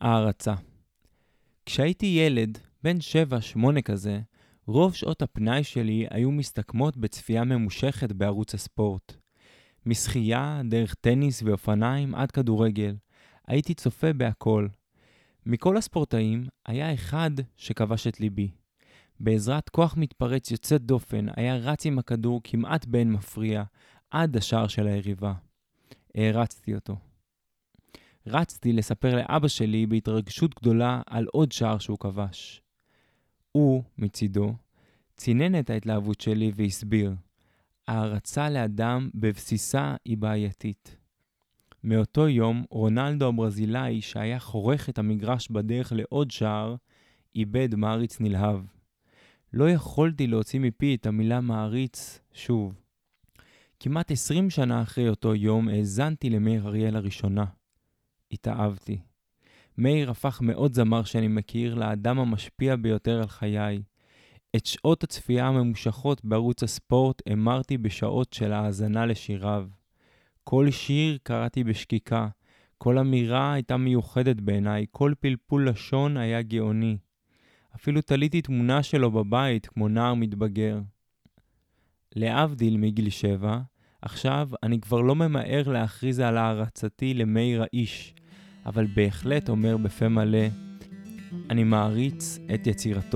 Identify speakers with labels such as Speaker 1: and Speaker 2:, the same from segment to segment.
Speaker 1: הערצה. כשהייתי ילד, בן 7-8 כזה, רוב שעות הפנאי שלי היו מסתכמות בצפייה ממושכת בערוץ הספורט. משחייה, דרך טניס ואופניים עד כדורגל. הייתי צופה בהכל. מכל הספורטאים היה אחד שכבש את ליבי. בעזרת כוח מתפרץ יוצא דופן, היה רץ עם הכדור כמעט באין מפריע, עד השער של היריבה. הערצתי אותו. רצתי לספר לאבא שלי בהתרגשות גדולה על עוד שער שהוא כבש. הוא, מצידו, צינן את ההתלהבות שלי והסביר. הערצה לאדם בבסיסה היא בעייתית. מאותו יום, רונלדו הברזילאי שהיה חורך את המגרש בדרך לעוד שער, איבד מעריץ נלהב. לא יכולתי להוציא מפי את המילה מעריץ שוב. כמעט 20 שנה אחרי אותו יום האזנתי למאיר אריאל הראשונה. התאהבתי. מאיר הפך מאוד זמר שאני מכיר לאדם המשפיע ביותר על חיי. את שעות הצפייה הממושכות בערוץ הספורט אמרתי בשעות של האזנה לשיריו. כל שיר קראתי בשקיקה, כל אמירה הייתה מיוחדת בעיניי, כל פלפול לשון היה גאוני. אפילו תליתי תמונה שלו בבית כמו נער מתבגר. להבדיל מגיל 7, עכשיו אני כבר לא ממהר להכריז על הערצתי למאיר האיש, אבל בהחלט אומר בפה מלא, אני מעריץ את יצירתו.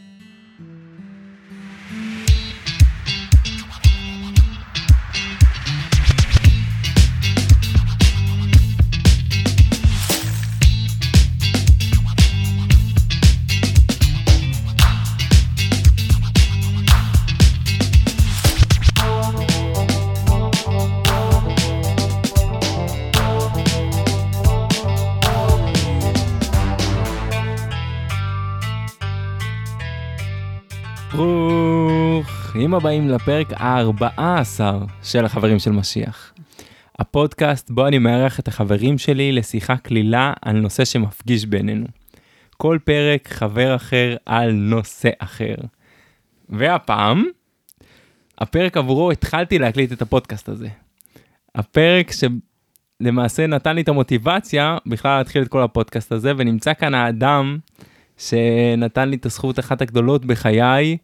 Speaker 1: ברוכים הבאים לפרק ה-14 של החברים של משיח. הפודקאסט בו אני מארח את החברים שלי לשיחה כלילה על נושא שמפגיש בינינו. כל פרק חבר אחר על נושא אחר. והפעם, הפרק עבורו התחלתי להקליט את הפודקאסט הזה. הפרק שלמעשה נתן לי את המוטיבציה בכלל להתחיל את כל הפודקאסט הזה, ונמצא כאן האדם שנתן לי את הזכות אחת הגדולות בחיי,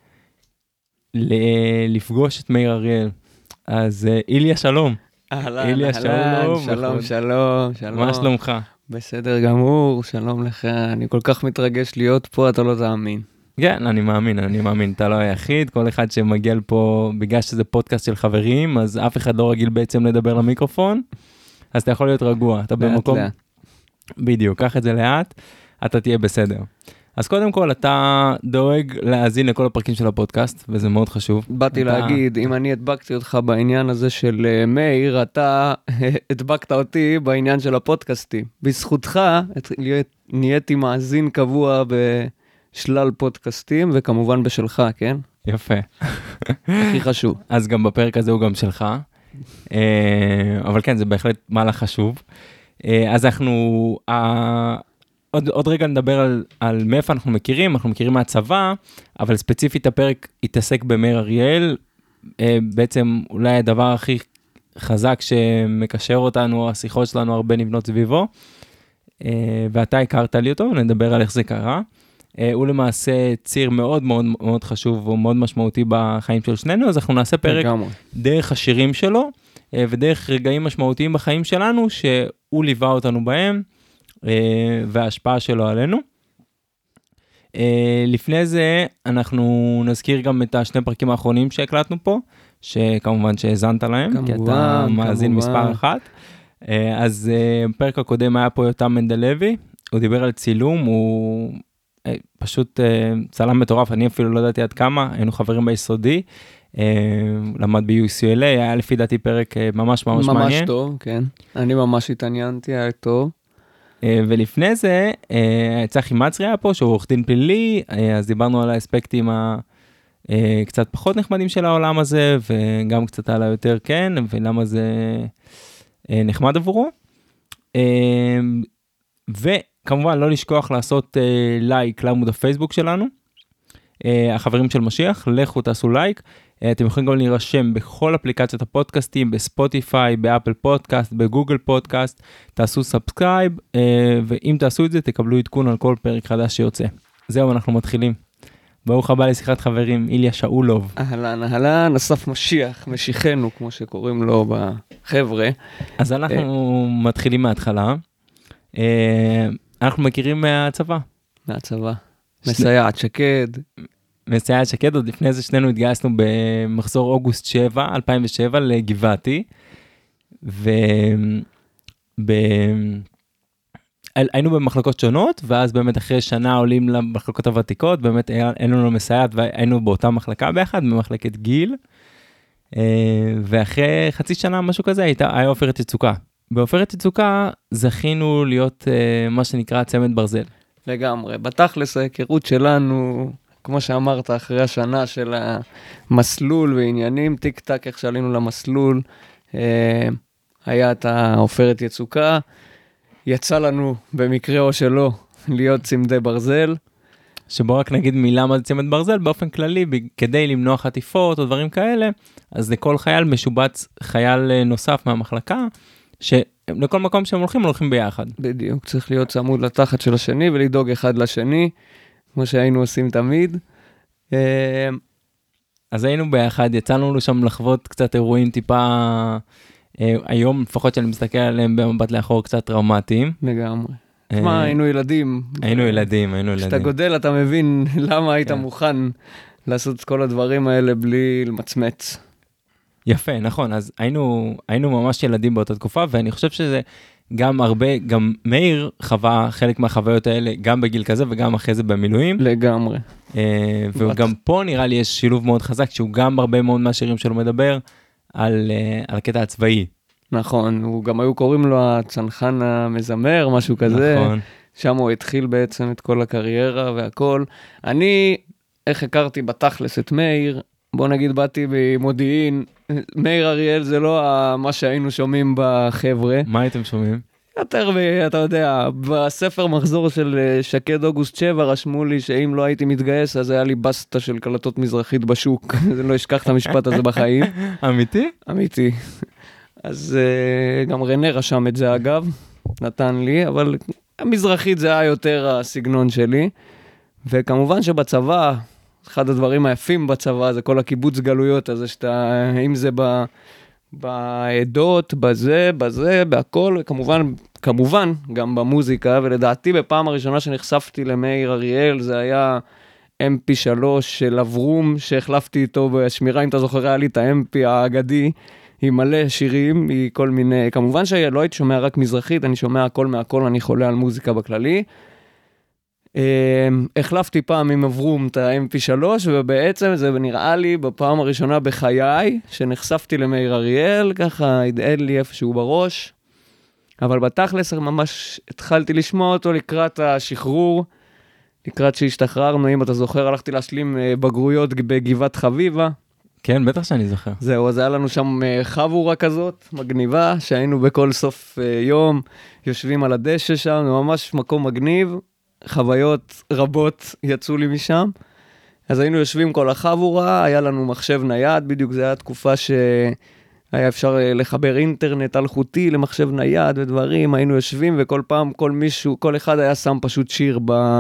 Speaker 1: לפגוש את מאיר אריאל. אז איליה שלום.
Speaker 2: אהלן, שלום.
Speaker 1: מה שלומך?
Speaker 2: בסדר גמור, שלום לך. אני כל כך מתרגש להיות פה, אתה לא תאמין.
Speaker 1: כן, אני מאמין. אתה לא היחיד. כל אחד שמגיע לפה, בגלל שזה פודקאסט של חברים, אז אף אחד לא רגיל בעצם לדבר למיקרופון. אז אתה יכול להיות רגוע. אתה במקום... בדיוק, קח את זה לאט, אתה תהיה בסדר. אז קודם כל, אתה דואג להאזין לכל הפרקים של הפודקאסט, וזה מאוד חשוב.
Speaker 2: באתי להגיד, אם אני הדבקתי אותך בעניין הזה של מאיר, אתה הדבקת אותי בעניין של הפודקאסטים. בזכותך, נהייתי מאזין קבוע בשלל פודקאסטים, וכמובן בשלך, כן?
Speaker 1: יפה.
Speaker 2: הכי חשוב.
Speaker 1: אז גם בפרק הזה הוא גם שלך. אבל כן, זה בהחלט מעלה חשוב. אז אנחנו... עוד רגע נדבר על מאיפה אנחנו מכירים מהצבא, אבל ספציפית הפרק יתעסק במאיר אריאל, בעצם אולי הדבר הכי חזק שמקשר אותנו, השיחות שלנו הרבה נבנות סביבו, ואתה הכרת לי אותו, נדבר על איך זה קרה. הוא למעשה ציר מאוד מאוד מאוד חשוב ומאוד משמעותי בחיים של שנינו, אז אנחנו נעשה פרק דרך השירים שלו, ודרך רגעים משמעותיים בחיים שלנו, שהוא ליווה אותנו בהם, וההשפעה שלו עלינו. לפני זה אנחנו נזכיר גם את השני פרקים האחרונים שהקלטנו פה, שכמובן שהזנת להם, כי אתה מאזין מספר אחת. אז בפרק הקודם היה פה יותם מנדלוי, הוא דיבר על צילום, הוא פשוט צלם מטורף, אני אפילו לא ידעתי עד כמה, היינו חברים ביסודי, למד ב-UCLA, היה לפי דעתי פרק ממש מעניין.
Speaker 2: ממש טוב, כן. אני ממש התעניינתי, היה טוב.
Speaker 1: ולפני זה, צחי מצרי היה פה, שהוא עורך דין פלילי, אז דיברנו על האספקטים קצת פחות נחמדים של העולם הזה, וגם קצת על היותר כן, ולמה זה נחמד עבורו. וכמובן, לא לשכוח לעשות לייק לעמוד הפייסבוק שלנו, החברים של משיח, לכו תעשו לייק, אתם יכולים גם להירשם בכל אפליקציות הפודקאסטים, בספוטיפיי, באפל פודקאסט, בגוגל פודקאסט, תעשו סאבסקרייב, ואם תעשו את זה, תקבלו עדכון על כל פרק חדש שיוצא. זהו, אנחנו מתחילים. ברוך הבא לשיחת חברים, איליה שאולוב.
Speaker 2: אהלן, אהלן, אסף משיח, משיחנו, כמו שקוראים לו בחבר'ה.
Speaker 1: אז אנחנו מתחילים מההתחלה. אנחנו מכירים מהצבא.
Speaker 2: מהצבא. מסייעת שקד.
Speaker 1: מסייעת שקד, עוד לפני זה שנינו התגייסנו במחזור אוגוסט 2007 לגבעתי, היינו במחלקות שונות, ואז באמת אחרי שנה עולים למחלקות הוותיקות, באמת היינו לנו מסייעת, והיינו באותה מחלקה ביחד, במחלקת גיל, ואחרי חצי שנה, משהו כזה, היה עופרת יצוקה. בעופרת יצוקה זכינו להיות מה שנקרא צמד ברזל.
Speaker 2: לגמרי, בתכלס ההיכרות שלנו, כמו שאמרת, אחרי השנה של המסלול ועניינים, טיק טק איך שעלינו למסלול, היה את העופרת יצוקה, יצא לנו במקרה או שלא להיות צמדי ברזל.
Speaker 1: שבו רק נגיד מילה מה זה צמד ברזל, באופן כללי, כדי למנוע חטיפות או דברים כאלה, אז לכל חייל משובץ חייל נוסף מהמחלקה, שלכל מקום שהם הולכים ביחד.
Speaker 2: בדיוק, צריך להיות צמוד לתחת של השני ולדאוג אחד לשני, כמו שהיינו עושים תמיד.
Speaker 1: אז היינו ביחד, יצאנו שם לחוות קצת אירועים טיפה, היום לפחות שאני מסתכל עליהם במבט לאחור קצת טראומטיים.
Speaker 2: לגמרי. תשמע, היינו ילדים.
Speaker 1: היינו ילדים.
Speaker 2: כשאתה גודל אתה מבין למה היית מוכן לעשות את כל הדברים האלה בלי למצמץ.
Speaker 1: יפה, נכון, אז היינו ממש ילדים באותה תקופה, ואני חושב שזה גם הרבה, גם מאיר חווה חלק מהחוויות האלה, גם בגיל כזה וגם אחרי זה במילואים.
Speaker 2: לגמרי.
Speaker 1: וגם פה נראה לי יש שילוב מאוד חזק, שהוא גם הרבה מאוד מהשירים שלו מדבר על הקטע הצבאי.
Speaker 2: נכון, הוא גם היו קוראים לו הצנחן המזמר, משהו כזה. נכון. שם הוא התחיל בעצם את כל הקריירה והכל. אני, איך הכרתי בתכלס את מאיר, בוא נגיד באתי במודיעין, מאיר אריאל זה לא מה שהיינו שומעים בחבר'ה.
Speaker 1: מה הייתם שומעים?
Speaker 2: יותר, אתה יודע, בספר מחזור של שקד אוגוסט 7 רשמו לי שאם לא הייתי מתגייס, אז היה לי בסטה של קלטות מזרחית בשוק. אני לא אשכח את המשפט הזה בחיים.
Speaker 1: אמיתי?
Speaker 2: אמיתי. אז גם רנה רשם את זה אגב, נתן לי, אבל המזרחית זה היה יותר הסגנון שלי. וכמובן שבצבא, אחד הדברים היפים בצבא זה כל הקיבוץ גלויות הזה, שאתה, אם זה בעדות, בזה, בהכל, כמובן, גם במוזיקה, ולדעתי בפעם הראשונה שנחשפתי למאיר אריאל, זה היה MP3 של אברום, שהחלפתי איתו בשמירה, אם אתה זוכר, היה לי את ה-MP האגדי, עם מלא שירים, מכל מיני, כמובן שלא הייתי שומע רק מזרחית, אני שומע הכל מהכל, אני חולה על מוזיקה בכללי. החלפתי פעם עם אברום את ה-MP3, ובעצם זה נראה לי בפעם הראשונה בחיי, שנחשפתי למאיר אריאל, ככה הדהד לי איפשהו בראש, אבל בתכלס ממש התחלתי לשמוע אותו לקראת השחרור, לקראת שהשתחררנו, אם אתה זוכר, הלכתי להשלים בגרויות בגבעת חביבה.
Speaker 1: כן, בטח שאני זוכר.
Speaker 2: זהו, אז היה לנו שם חבורה כזאת, מגניבה, שהיינו בכל סוף יום, יושבים על הדשא שם, ממש מקום מגניב, חוויות רבות יצאו לי משם. אז היינו יושבים כל החבורה, היה לנו מחשב נייד, בדיוק זה היה תקופה שהיה אפשר לחבר אינטרנט אלחוטי למחשב נייד ודברים, היינו יושבים וכל פעם כל אחד היה שם פשוט שיר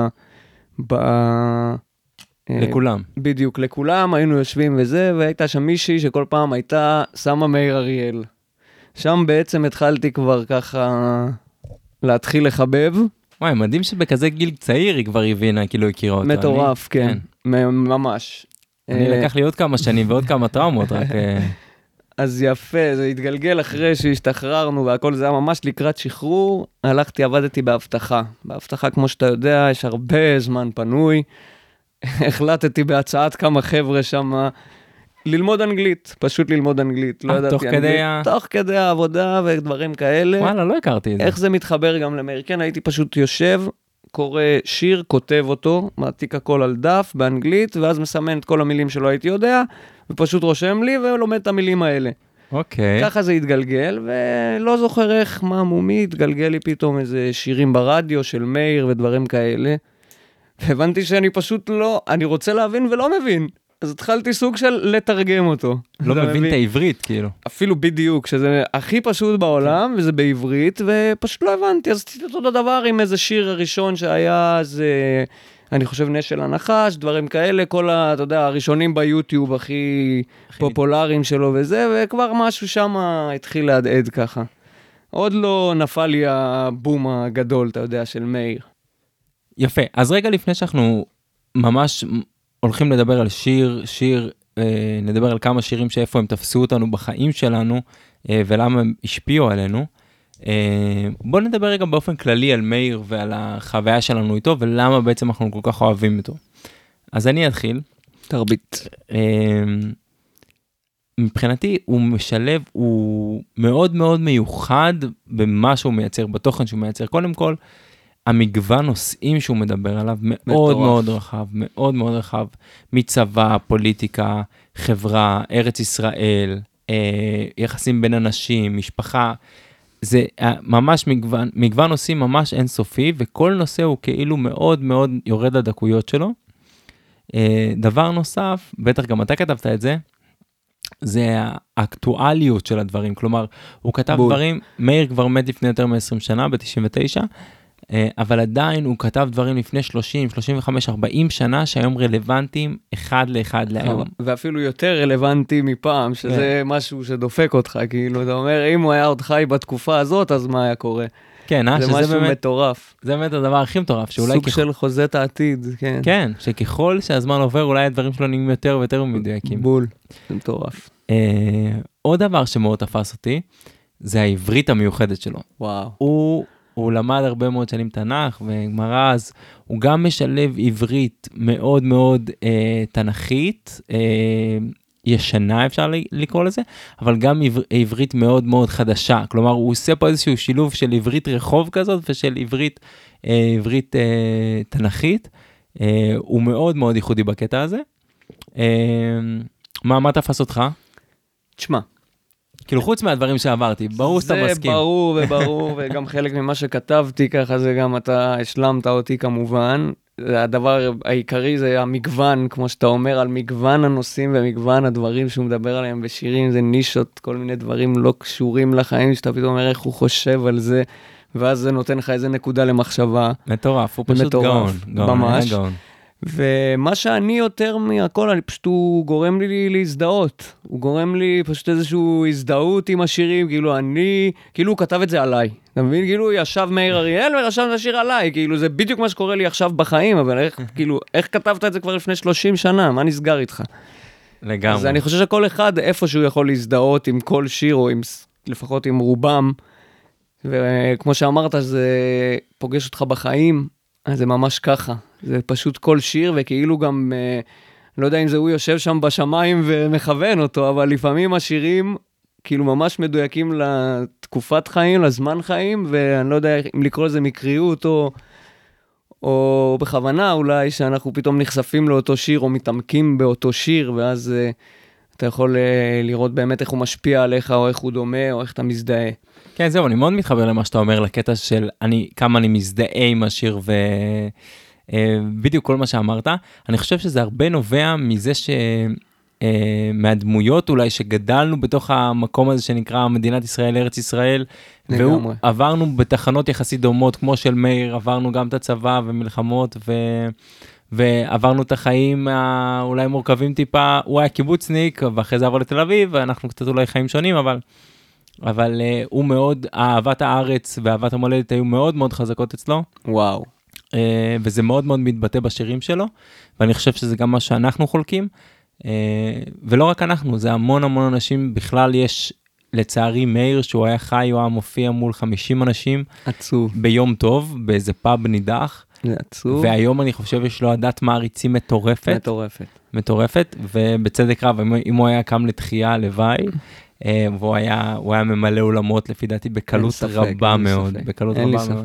Speaker 1: לכולם.
Speaker 2: בדיוק, לכולם, היינו יושבים וזה, והייתה שם מישהי שכל פעם הייתה שמה מאיר אריאל. שם בעצם התחלתי כבר ככה להתחיל לחבב.
Speaker 1: וואי, מדהים שבכזה גיל צעיר היא כבר הבינה, כאילו הכירה אותה.
Speaker 2: מטורף, כן. ממש.
Speaker 1: אני לקח לי עוד כמה שנים ועוד כמה טראומות, רק...
Speaker 2: אז יפה, זה התגלגל אחרי שהשתחררנו והכל, זה היה ממש לקראת שחרור. הלכתי, עבדתי בהבטחה. בהבטחה, כמו שאתה יודע, יש הרבה זמן פנוי. החלטתי בהצעת כמה חבר'ה שם ללמוד אנגלית, פשוט ללמוד אנגלית. לא ידעתי אנגלית. תוך כדי העבודה ודברים כאלה.
Speaker 1: וואלה, לא הכרתי את זה.
Speaker 2: איך זה מתחבר גם למאיר? כן, הייתי פשוט יושב, קורא שיר, כותב אותו, מעתיק הכל על דף באנגלית, ואז מסמן את כל המילים שלא הייתי יודע, ופשוט רושם לי ולומד את המילים האלה.
Speaker 1: אוקיי.
Speaker 2: ככה זה התגלגל, ולא זוכר איך, מה מומי, התגלגל לי פתאום איזה שירים ברדיו של מאיר ודברים כאלה. והבנתי שאני פשוט לא, אני רוצה להבין ולא מבין. אז התחלתי סוג של לתרגם אותו.
Speaker 1: לא מבין את העברית, כאילו.
Speaker 2: אפילו בדיוק, שזה הכי פשוט בעולם, וזה בעברית, ופשוט לא הבנתי, אז עשיתי אותו הדבר עם איזה שיר הראשון שהיה, אז אני חושב נשל הנחש, דברים כאלה, כל אתה יודע, הראשונים ביוטיוב הכי פופולריים שלו וזה, וכבר משהו שם התחיל להדהד ככה. עוד לא נפל לי הבום הגדול, אתה יודע, של מאיר.
Speaker 1: יפה, אז רגע לפני שאנחנו ממש הולכים לדבר על שיר, נדבר על כמה שירים שאיפה הם תפסו אותנו בחיים שלנו, ולמה הם השפיעו עלינו. בואו נדבר רגע באופן כללי על מאיר ועל החוויה שלנו איתו, ולמה בעצם אנחנו כל כך אוהבים איתו. אז אני אתחיל.
Speaker 2: תרבית.
Speaker 1: מבחינתי הוא משלב, הוא מאוד מאוד מיוחד במה שהוא מייצר, בתוכן שהוא מייצר. קודם כל, המגוון נושאים שהוא מדבר עליו מאוד מאוד רחב, מאוד מאוד רחב, מצבא, פוליטיקה, חברה, ארץ ישראל, יחסים בין אנשים, משפחה, זה ממש מגוון נושאים ממש אינסופי, וכל נושא הוא כאילו מאוד מאוד יורד לדקויות שלו. דבר נוסף, בטח גם אתה כתבת את זה, זה האקטואליות של הדברים, כלומר, הוא כתב דברים, מאיר כבר מת לפני יותר מ-20 שנה, ב-99, אבל עדיין הוא כתב דברים לפני 30, 35, 40 שנה, שהיום רלוונטיים אחד לאחד להיום.
Speaker 2: ואפילו יותר רלוונטי מפעם, שזה משהו שדופק אותך, כאילו, אתה אומר, אם הוא היה עוד חי בתקופה הזאת, אז מה היה קורה?
Speaker 1: כן,
Speaker 2: זה משהו מטורף.
Speaker 1: זה באמת הדבר הכי מטורף, שאולי
Speaker 2: סוג של חוזת העתיד, כן.
Speaker 1: כן, שככל שהזמן עובר, אולי הדברים שלו נהיים יותר ויותר מדויקים.
Speaker 2: בול, זה מטורף.
Speaker 1: עוד דבר שמאוד תפס אותי, זה העברית המיוחדת שלו.
Speaker 2: וואו.
Speaker 1: הוא למד הרבה מאוד שנים תנ"ך וגמרא, אז הוא גם משלב עברית מאוד מאוד תנ"כית, ישנה אפשר לקרוא לזה, אבל גם עברית מאוד מאוד חדשה, כלומר הוא עושה פה איזשהו שילוב של עברית רחוב כזאת, ושל עברית תנ"כית, הוא מאוד מאוד ייחודי בקטע הזה. מה תפס אותך?
Speaker 2: תשמע.
Speaker 1: כאילו חוץ מהדברים שעברתי, ברור שאתה מסכים.
Speaker 2: זה ברור וברור, וגם חלק ממה שכתבתי ככה, זה גם אתה השלמת אותי כמובן. הדבר העיקרי זה המגוון, כמו שאתה אומר, על מגוון הנושאים ומגוון הדברים שהוא מדבר עליהם בשירים, זה נישות, כל מיני דברים לא קשורים לחיים, שאתה פתאום אומר איך הוא חושב על זה, ואז זה נותן לך איזה נקודה למחשבה.
Speaker 1: מטורף, הוא פשוט גאון.
Speaker 2: ממש. ומה שאני יותר מהכל, פשוט הוא גורם לי להזדהות. הוא גורם לי פשוט איזשהו הזדהות עם השירים, כאילו הוא כתב את זה עליי. אתה מבין? כאילו הוא ישב מאיר אריאל ורשם את השיר עליי, כאילו זה בדיוק מה שקורה לי עכשיו בחיים, אבל איך כתבת את זה כבר לפני 30 שנה? מה נסגר איתך?
Speaker 1: לגמרי.
Speaker 2: אז אני חושב שכל אחד איפשהו יכול להזדהות עם כל שיר, או לפחות עם רובם, וכמו שאמרת, זה פוגש אותך בחיים, אז זה ממש ככה. זה פשוט כל שיר, וכאילו גם, לא יודע אם זה הוא יושב שם בשמיים ומכוון אותו, אבל לפעמים השירים כאילו ממש מדויקים לתקופת חיים, לזמן חיים, ואני לא יודע אם לקרוא לזה מקריות, או בכוונה אולי, שאנחנו פתאום נחשפים לאותו שיר, או מתעמקים באותו שיר, ואז אתה יכול לראות באמת איך הוא משפיע עליך, או איך הוא דומה, או איך אתה מזדהה.
Speaker 1: כן, זהו, אני מאוד מתחבר למה שאתה אומר, לקטע של כמה אני מזדהה עם השיר, בדיוק כל מה שאמרת. אני חושב שזה הרבה נובע מזה מהדמויות אולי שגדלנו בתוך המקום הזה שנקרא מדינת ישראל, ארץ ישראל, ועברנו בתחנות יחסית דומות, כמו של מאיר, עברנו גם את הצבא ומלחמות, ועברנו את החיים אולי מורכבים טיפה, הוא היה קיבוצניק, ואחרי זה עבר לתל אביב, ואנחנו קצת אולי חיים שונים, אבל הוא מאוד, אהבת הארץ ואהבת המולדת היו מאוד מאוד חזקות אצלו.
Speaker 2: וואו.
Speaker 1: וזה מאוד מאוד מתבטא בשירים שלו, ואני חושב שזה גם מה שאנחנו חולקים, ולא רק אנחנו, זה המון המון אנשים, בכלל יש לצערי מאיר, שהוא היה חי, הוא היה מופיע מול 50 אנשים,
Speaker 2: עצוב.
Speaker 1: ביום טוב, באיזה פאב נידח,
Speaker 2: זה עצוב.
Speaker 1: והיום אני חושב יש לו עדת מעריצים מטורפת, ובצדק רב, אם הוא היה קם לתחייה לוואי, והוא היה ממלא עולמות לפי דעתי בקלות רבה מאוד, בקלות רבה מאוד.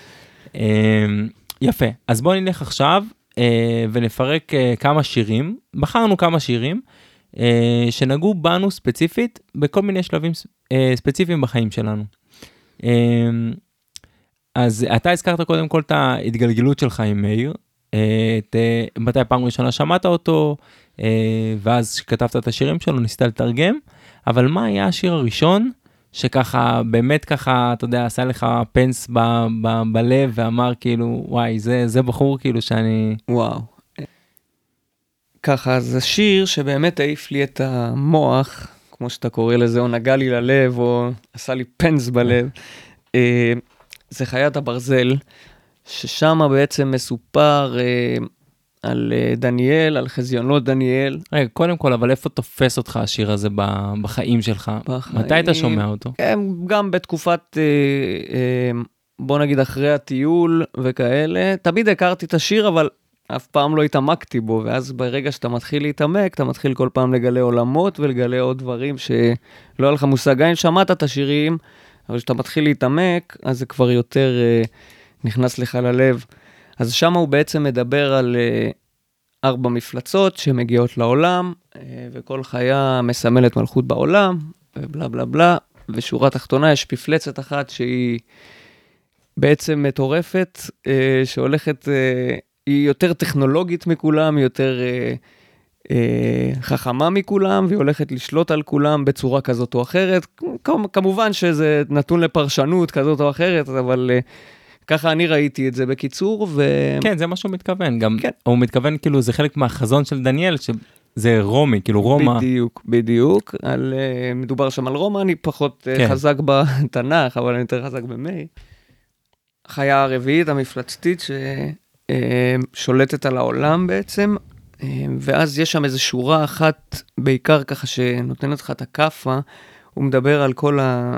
Speaker 1: יפה, אז בואו נלך עכשיו ונפרק כמה שירים, בחרנו כמה שירים שנגעו בנו ספציפית בכל מיני שלבים ספציפיים בחיים שלנו. אז אתה הזכרת קודם כל את ההתגלגלות שלך עם מאיר, מתי פעם ראשונה שמעת אותו, ואז שכתבת את השירים שלו, ניסית לתרגם, אבל מה היה השיר הראשון, שככה, באמת ככה, אתה יודע, עשה לך פנס בלב, ואמר כאילו, וואי, זה בחור כאילו שאני...
Speaker 2: וואו. ככה, זה שיר שבאמת העיף לי את המוח, כמו שאתה קורא לזה, או נגע לי ללב, או עשה לי פנס בלב. זה חיית הברזל, ששם בעצם מסופר על דניאל, על חזיונות דניאל.
Speaker 1: רגע, קודם כל, אבל איפה תופס אותך השיר הזה בחיים שלך? מתי אתה שומע אותו?
Speaker 2: גם בתקופת, בוא נגיד אחרי הטיול וכאלה, תמיד הכרתי את השיר, אבל אף פעם לא התעמקתי בו, ואז ברגע שאתה מתחיל להתעמק, אתה מתחיל כל פעם לגלה עולמות ולגלה עוד דברים שלא היה לך מושג. גם אם שמעת את השירים, אבל כשאתה מתחיל להתעמק, אז זה כבר יותר נכנס לך ללב. אז שם הוא בעצם מדבר על 4 מפלצות שמגיעות לעולם, וכל חיה מסמלת מלכות בעולם, ובלה בלה בלה, ושורה תחתונה יש מפלצת אחת שהיא בעצם מטורפת, שהולכת, היא יותר טכנולוגית מכולם, היא יותר חכמה מכולם, והיא הולכת לשלוט על כולם בצורה כזאת או אחרת. כמובן שזה נתון לפרשנות כזאת או אחרת, אבל ככה אני ראיתי את זה בקיצור.
Speaker 1: כן, זה מה שהוא מתכוון. גם הוא מתכוון, כאילו, זה חלק מהחזון של דניאל, שזה רומי, כאילו רומא.
Speaker 2: בדיוק. מדובר שם על רומא, אני פחות חזק בתנ"ך, אבל אני יותר חזק במאי. החיה הרביעית, המפלצתית, ששולטת על העולם בעצם, ואז יש שם איזו שורה אחת, בעיקר ככה שנותנת לך את הכאפה, הוא מדבר על כל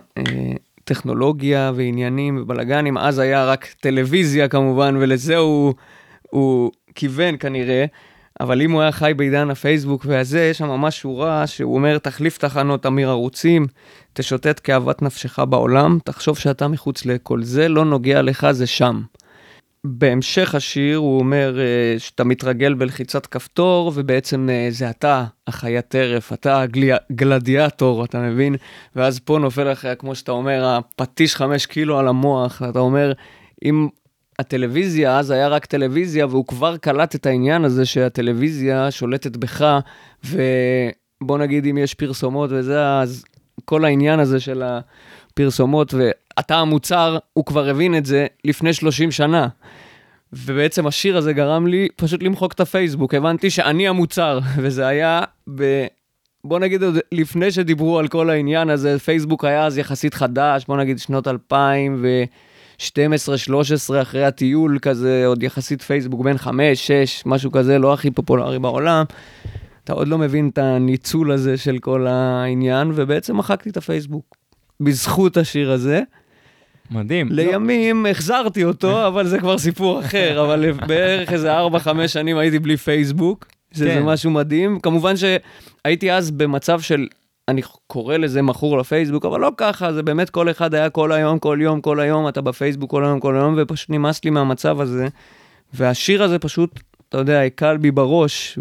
Speaker 2: הטכנולוגיה ועניינים ובלגנים, אז היה רק טלוויזיה כמובן, ולזה הוא כיוון כנראה, אבל אם הוא היה חי בעידן הפייסבוק והזה, יש שם ממש שורה שהוא אומר, תחליף תחנות אמיר ערוצים, תשוטט כאוות נפשך בעולם, תחשוב שאתה מחוץ לכל זה, לא נוגע לך, זה שם. בהמשך השיר הוא אומר שאתה מתרגל בלחיצת כפתור, ובעצם זה אתה, החיית טרף, אתה הגלדיאטור, אתה מבין? ואז פה נופל לך, כמו שאתה אומר, הפטיש 5 קילו על המוח, אתה אומר, אם הטלוויזיה, אז היה רק טלוויזיה, והוא כבר קלט את העניין הזה שהטלוויזיה שולטת בך, ובוא נגיד אם יש פרסומות וזה, אז כל העניין הזה של הפרסומות, ואתה המוצר, הוא כבר הבין את זה לפני 30 שנה. ובעצם השיר הזה גרם לי פשוט למחוק את הפייסבוק. הבנתי שאני המוצר, וזה היה בוא נגיד לפני שדיברו על כל העניין הזה, פייסבוק היה אז יחסית חדש, בוא נגיד שנות 2012-13 אחרי הטיול כזה, עוד יחסית פייסבוק בין 5-6, משהו כזה, לא הכי פופולרי בעולם. אתה עוד לא מבין את הניצול הזה של כל העניין, ובעצם מחקתי את הפייסבוק. בזכות השיר הזה.
Speaker 1: מדהים.
Speaker 2: לימים החזרתי אותו, אבל זה כבר סיפור אחר, אבל בערך איזה 4-5 שנים הייתי בלי פייסבוק, שזה משהו מדהים. כמובן שהייתי אז במצב של, אני קורא לזה מכור לפייסבוק, אבל לא ככה, זה באמת כל אחד היה כל היום, כל היום, אתה בפייסבוק כל היום, ופשוט נמאס לי מהמצב הזה, והשיר הזה פשוט, אתה יודע, הקל בי בראש,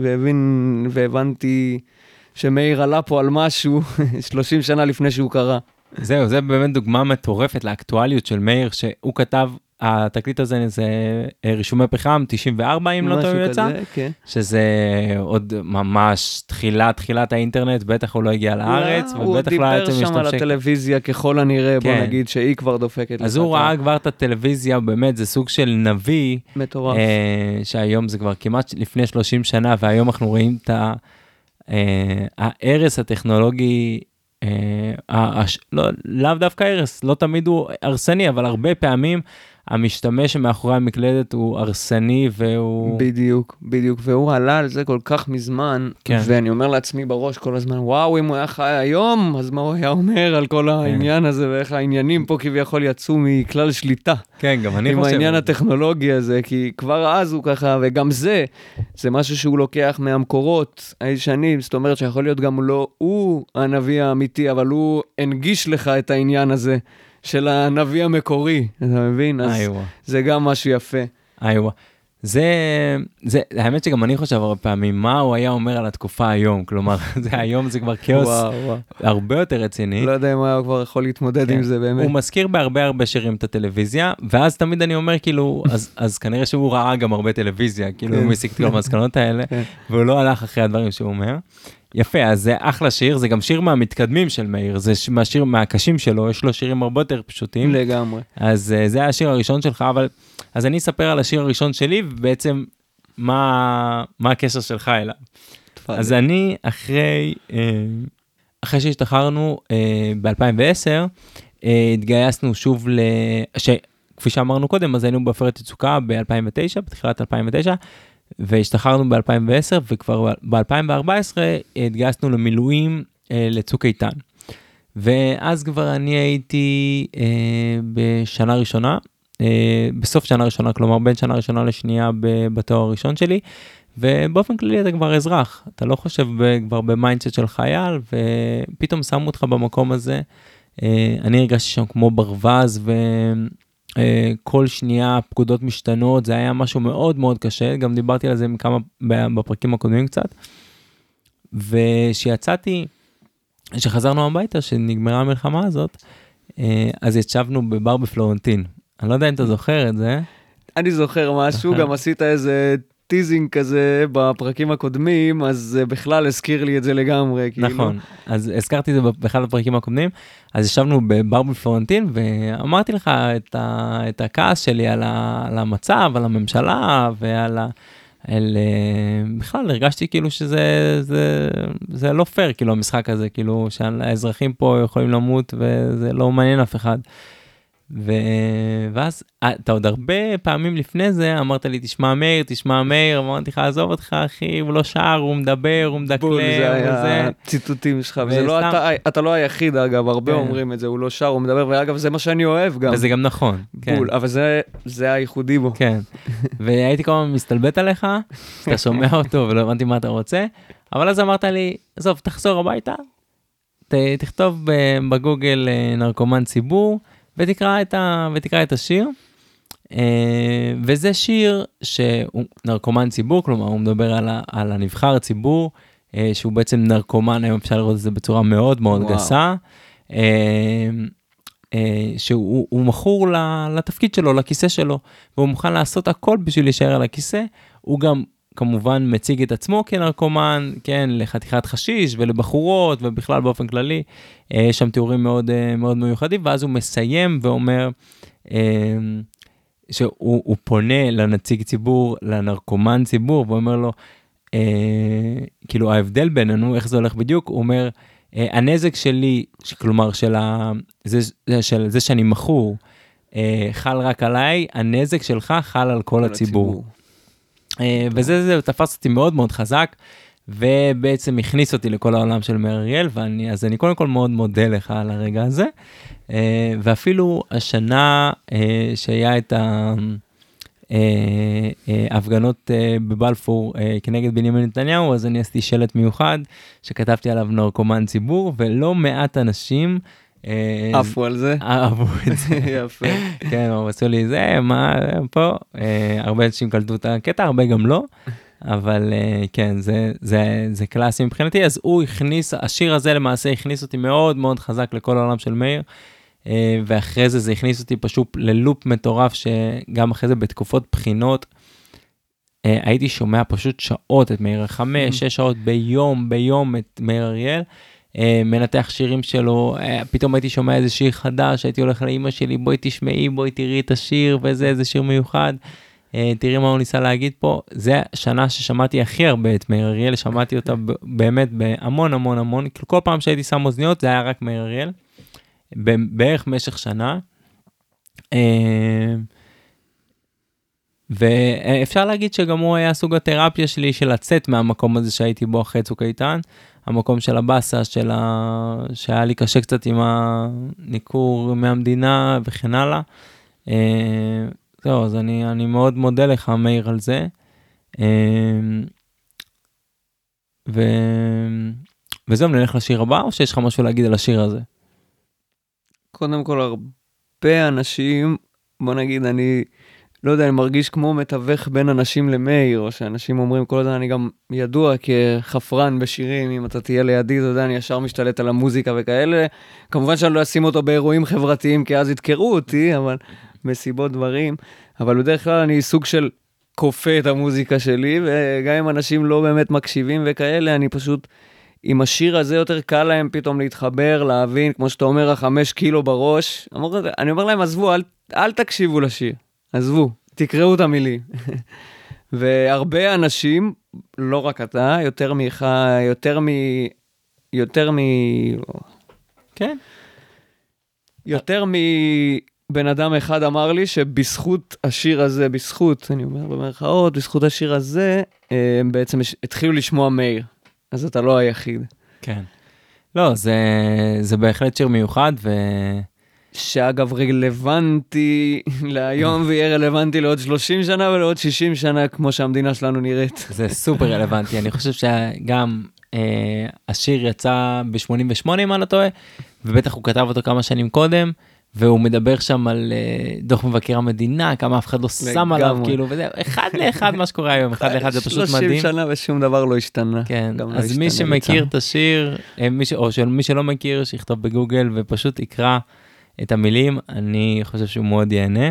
Speaker 2: והבנתי שמאיר עלה פה על משהו 30 שנה לפני שהוא קרה.
Speaker 1: זהו, זה באמת דוגמה מטורפת לאקטואליות של מאיר, שהוא כתב, התקליט הזה זה רישומי פחם, 94 אם לא טוב יצא,
Speaker 2: כן.
Speaker 1: שזה עוד ממש תחילת האינטרנט, בטח הוא לא הגיע לארץ,
Speaker 2: הוא דיבר שם על הטלוויזיה ככל הנראה, בוא נגיד שהיא כבר דופקת.
Speaker 1: אז הוא ראה כבר את הטלוויזיה, באמת זה סוג של נביא,
Speaker 2: מטורף. שהיום
Speaker 1: זה כבר כמעט לפני 30 שנה, והיום אנחנו רואים את הערס הטכנולוגי, לאו דווקא הרס, לא תמיד הוא הרסני, אבל הרבה פעמים המשתמש שמאחורי המקלדת הוא הרסני והוא...
Speaker 2: בדיוק, והוא עלה על זה כל כך מזמן, ואני אומר לעצמי בראש כל הזמן, וואו, אם הוא היה חי היום, אז מה הוא היה אומר על כל העניין הזה, ואיך העניינים פה כביכול יצאו מכלל שליטה.
Speaker 1: כן, גם אני
Speaker 2: חושב. עם העניין הטכנולוגי הזה, כי כבר אז הוא ככה, וגם זה משהו שהוא לוקח מהמקורות הישנים, זאת אומרת שיכול להיות גם לא הוא הנביא האמיתי, אבל הוא הנגיש לך את העניין הזה. של הנביא המקורי, אתה מבין? אז זה גם משהו יפה.
Speaker 1: איווה. האמת שגם אני חושב הרבה פעמים, מה הוא היה אומר על התקופה היום, כלומר, היום זה כבר כאוס הרבה יותר רציני.
Speaker 2: לא יודע אם הוא כבר יכול להתמודד עם זה באמת.
Speaker 1: הוא מזכיר בהרבה שירים את הטלוויזיה, ואז תמיד אני אומר, כאילו, אז כנראה שהוא ראה גם הרבה טלוויזיה, כאילו, הוא מסיק את כל המסקנות האלה, והוא לא הלך אחרי הדברים שהוא אומר. יפה, אז זה אחלה שיר, זה גם שיר מהמתקדמים של מאיר, זה מהשיר מהקשים שלו, יש לו שירים הרבה יותר פשוטים.
Speaker 2: לגמרי.
Speaker 1: אז זה היה השיר הראשון שלך, אבל, אז אני אספר על השיר הראשון שלי, ובעצם מה הקשר שלך אליו. אז אני, אחרי שהשתחררנו ב-2010, התגייסנו שוב כפי שאמרנו קודם, אז היינו בעופרת יצוקה ב-2009, בתחילת 2009, והשתחררנו ב-2010, וכבר ב-2014 התגייסנו למילואים לצוק איתן. ואז כבר אני הייתי בשנה ראשונה, בסוף שנה ראשונה, כלומר בין שנה ראשונה לשנייה בתואר הראשון שלי, ובאופן כללי אתה כבר אזרח, אתה לא חושב כבר במיינדסט של חייל, ופתאום שמו אותך במקום הזה. אני הרגשתי שם כמו ברווז, כל שנייה פקודות משתנות, זה היה משהו מאוד מאוד קשה, גם דיברתי על זה בפרקים הקודמים קצת, ושיצאתי, שחזרנו הביתה, שנגמרה המלחמה הזאת, אז ישבנו בבר בפלורנטין. אני לא יודע אם אתה זוכר את זה.
Speaker 2: אני זוכר משהו, גם עשית איזה טיזינג כזה בפרקים הקודמים, אז זה בכלל הזכיר לי את זה לגמרי.
Speaker 1: נכון, אז הזכרתי את זה באחד הפרקים הקודמים, אז ישבנו בבר בפלורנטין, ואמרתי לך את הכעס שלי על המצב, על הממשלה, בכלל הרגשתי כאילו שזה לא פייר, כאילו המשחק הזה, כאילו שהאזרחים פה יכולים למות, וזה לא מעניין אף אחד. ואז אתה עוד הרבה פעמים לפני זה אמרת לי תשמע מאיר, אמרתי לך עזוב אותך אחי, הוא לא שר, הוא מדבר, הוא מדקלם.
Speaker 2: בול, זה היה ציטוטים שלך, אתה לא היחיד אגב, הרבה אומרים את זה, הוא לא שר, הוא מדבר, ואגב זה מה שאני אוהב גם.
Speaker 1: וזה גם נכון.
Speaker 2: בול, אבל זה הייחודי בו.
Speaker 1: כן, והייתי כל הזמן מסתלבט עליך, שאתה שומע אותו ולא הבנתי מה אתה רוצה, אבל אז אמרת לי, עזוב, תחזור הביתה, תכתוב בגוגל נרקומן ציבור, ותקרא את השיר, וזה שיר שהוא נרקומן ציבור, כלומר הוא מדבר על הנבחר ציבור, שהוא בעצם נרקומן, היום אפשר לראות את זה בצורה מאוד מאוד גסה, שהוא מכור לתפקיד שלו, לכיסא שלו, והוא מוכן לעשות הכל בשביל להישאר על הכיסא, הוא גם כמובן מציג את עצמו כנרקומן, כן, לחתיכת חשיש ולבחורות, ובכלל באופן כללי, יש שם תיאורים מאוד, מאוד מיוחדים, ואז הוא מסיים ואומר, שהוא פונה לנציג ציבור, לנרקומן ציבור, ואומר לו, כאילו ההבדל בינינו, איך זה הולך בדיוק, הוא אומר, הנזק שלי, כלומר זה שאני מכור, חל רק עליי, הנזק שלך חל על כל הציבור. וזה תפס אותי מאוד מאוד חזק, ובעצם הכניס אותי לכל העולם של מאיר אריאל, אז אני קודם כל מאוד מודה לך על הרגע הזה, ואפילו השנה שהיה את ההפגנות בבלפור כנגד בנימין נתניהו, אז אני עשיתי שלט מיוחד, שכתבתי עליו נרקומן ציבור, ולא מעט אנשים,
Speaker 2: עפו על זה?
Speaker 1: עפו את זה.
Speaker 2: יפה.
Speaker 1: כן, אבל עשו לי זה, מה פה? הרבה אנשים קלטו את הקטע, הרבה גם לא, אבל כן, זה קלאסי מבחינתי, אז הוא הכניס, השיר הזה למעשה הכניס אותי מאוד מאוד חזק לכל העולם של מאיר, ואחרי זה הכניס אותי פשוט ללופ מטורף, שגם אחרי זה בתקופות בחינות, הייתי שומע פשוט שעות את מאיר, 5-6 שעות ביום את מאיר אריאל, מנתח שירים שלו, פתאום הייתי שומע איזה שיר חדש, הייתי הולך לאמא שלי, בואי תשמעי, בואי תראי את השיר, איזה שיר מיוחד, תראי מה הוא ניסה להגיד פה, זה שנה ששמעתי הכי הרבה את מאיר אריאל, שמעתי אותה באמת בהמון המון המון, כל פעם שהייתי שם אוזניות, זה היה רק מאיר אריאל, בערך משך שנה, ואפשר להגיד שגם הוא היה סוג התרפיה שלי, של לצאת מהמקום הזה שהייתי בו אחרי צוק איתן, המקום של הבאסה, שהיה לי קשה קצת עם הניכור מהמדינה וכן הלאה. זהו, אז אני מאוד מודה לך, מאיר, על זה. וזהו, נלך לשיר הבא, או שיש לך משהו להגיד על השיר הזה?
Speaker 2: קודם כל, הרבה אנשים, בוא נגיד, אני לא יודע, אני מרגיש כמו מתווך בין אנשים למאיר, או שאנשים אומרים, כל הזמן אני גם ידוע כחפרן בשירים, אם אתה תהיה לידי, אתה יודע, אני ישר משתלט על המוזיקה וכאלה. כמובן שאני לא אשים אותו באירועים חברתיים, כי אז יתקרו אותי, אבל מסיבות דברים. אבל בדרך כלל אני סוג של כופה את המוזיקה שלי, וגם אם אנשים לא באמת מקשיבים וכאלה, אני פשוט, עם השיר הזה יותר קל להם פתאום להתחבר, להבין, כמו שאתה אומר, 5 קילו בראש. אני אומר להם, עזבו, אל תקשיבו לשיר. עזבו, תקראו את המילים. והרבה אנשים, לא רק אתה,
Speaker 1: כן.
Speaker 2: יותר מבן אדם אחד אמר לי שבזכות השיר הזה, אני אומר במרכאות, בזכות השיר הזה, הם בעצם התחילו לשמוע מאיר. אז אתה לא היחיד.
Speaker 1: כן. לא, זה בהחלט שיר מיוחד,
Speaker 2: שאגב רלוונטי להיום, ויהיה רלוונטי לעוד 30 שנה ולעוד 60 שנה, כמו שהמדינה שלנו נראית.
Speaker 1: זה סופר רלוונטי. אני חושב שגם השיר יצא ב-88, אם אני לא טועה, ובטח הוא כתב אותו כמה שנים קודם, והוא מדבר שם על דוח מבקר המדינה, כמה אף אחד לא שם עליו, כאילו, וזה אחד לאחד מה שקורה היום, אחד לאחד זה פשוט מדהים.
Speaker 2: 30 שנה ושום דבר לא השתנה.
Speaker 1: כן, אז מי שמכיר את השיר, או מי שלא מכיר, שיכתוב בגוגל ופשוט יקרא את המילים, אני חושב שהוא מאוד ייהנה.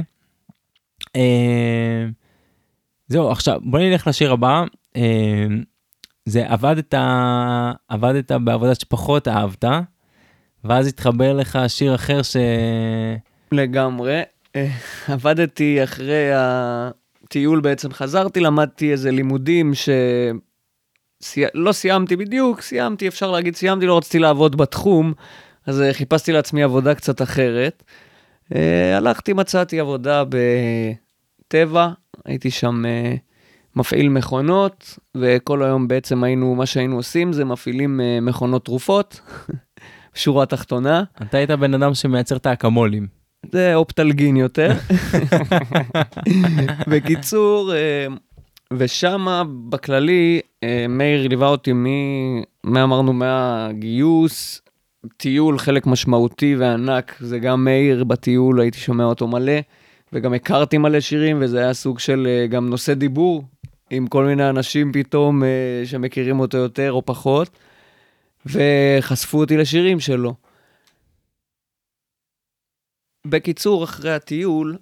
Speaker 1: זהו, עכשיו, בוא נלך לשיר הבא. זה עבדת בעבודה שפחות אהבת, ואז התחבר לך שיר אחר
Speaker 2: לגמרי. עבדתי אחרי הטיול בעצם, חזרתי, למדתי איזה לימודים לא סיימתי בדיוק, אפשר להגיד סיימתי, לא רציתי לעבוד בתחום, אז חיפשתי לעצמי עבודה קצת אחרת. הלכתי, מצאתי עבודה בטבע, הייתי שם מפעיל מכונות, וכל היום בעצם מה שהיינו עושים זה מפעילים מכונות תרופות, שורה תחתונה.
Speaker 1: אתה היית בן אדם שמייצר את האקמולים.
Speaker 2: זה אופטלגין יותר. בקיצור, ושמה בכללי, מאיר ליווה אותי אמרנו מהגיוס, טיול חלק משמעותי וענק, זה גם מאיר בטיול, הייתי שומע אותו מלא, וגם הכרתי מלא שירים, וזה היה סוג של גם נושא דיבור, עם כל מיני אנשים פתאום שמכירים אותו יותר או פחות, וחשפו אותי לשירים שלו. בקיצור, אחרי הטיול,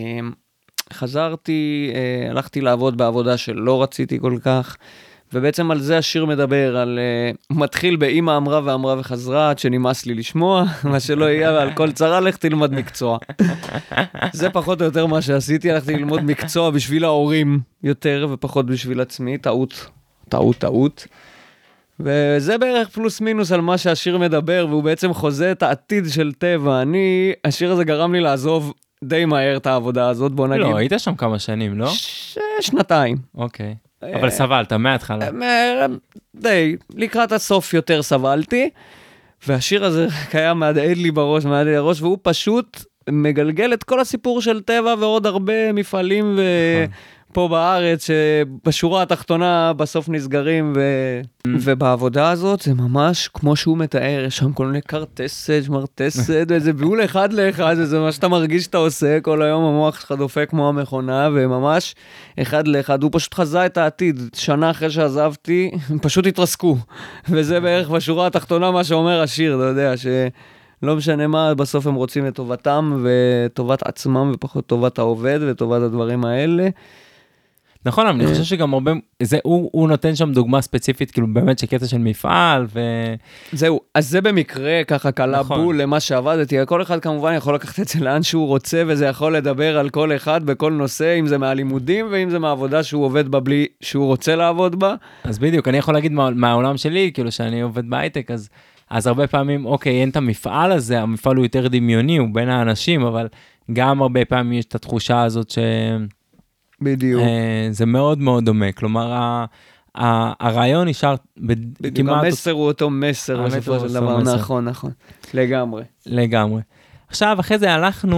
Speaker 2: חזרתי, הלכתי לעבוד בעבודה שלא רציתי כל כך, ובעצם על זה השיר מדבר, מתחיל באמא אמרה ואמרה וחזרה, עד שנמאס לי לשמוע, מה שלא יהיה, ועל כל צרה, לך תלמד מקצוע. זה פחות או יותר מה שעשיתי, הלכתי ללמוד מקצוע בשביל ההורים יותר, ופחות בשביל עצמי, טעות. וזה בערך פלוס מינוס על מה שהשיר מדבר, והוא בעצם חוזה את העתיד של טבע. השיר הזה גרם לי לעזוב די מהר את העבודה הזאת, בוא נגיד.
Speaker 1: לא, היית שם כמה שנים, לא?
Speaker 2: 2
Speaker 1: אוקיי. אבל סבלת, מההתחלה.
Speaker 2: די, לקראת הסוף יותר סבלתי, והשיר הזה קיים מהדהד לי בראש, והוא פשוט מגלגל את כל הסיפור של טבע, ועוד הרבה מפעלים פה בארץ, שבשורה התחתונה בסוף נסגרים, ובעבודה הזאת זה ממש כמו שהוא מתאר, יש שם כל מיני מרטסת, וזה ביול אחד לאחד, זה מה שאתה מרגיש שאתה עושה, כל היום המוח שלך דופק כמו המכונה, וממש אחד לאחד, הוא פשוט חזה את העתיד, שנה אחרי שעזבתי, הם פשוט התרסקו, וזה בערך בשורה התחתונה מה שאומר השיר, אתה יודע, לא משנה מה, בסוף הם רוצים את טובתם, וטובת עצמם, ופחות טובת העובד, וטובת הדברים האלה,
Speaker 1: נכון, אבל אני חושב שגם הרבה, הוא נותן שם דוגמה ספציפית, כאילו באמת שקטע של מפעל,
Speaker 2: זהו, אז זה במקרה ככה קלה בול למה שעבדתי, כל אחד כמובן יכול לקחת את זה לאן שהוא רוצה, וזה יכול לדבר על כל אחד בכל נושא, אם זה מהלימודים, ואם זה מהעבודה שהוא עובד בה בלי שהוא רוצה לעבוד בה.
Speaker 1: אז בדיוק, אני יכול להגיד מהעולם שלי, כאילו שאני עובד בהייטק, אז הרבה פעמים, אוקיי, אין את המפעל הזה, המפעל הוא יותר דמיוני, הוא בין האנשים, אבל גם הרבה פעמים יש את התחושה הזאת
Speaker 2: בדיוק.
Speaker 1: זה מאוד מאוד דומה, כלומר, הרעיון נשאר
Speaker 2: כמעט... המסר הוא אותו מסר, בסופו של דבר, נכון, לגמרי.
Speaker 1: עכשיו, אחרי זה הלכנו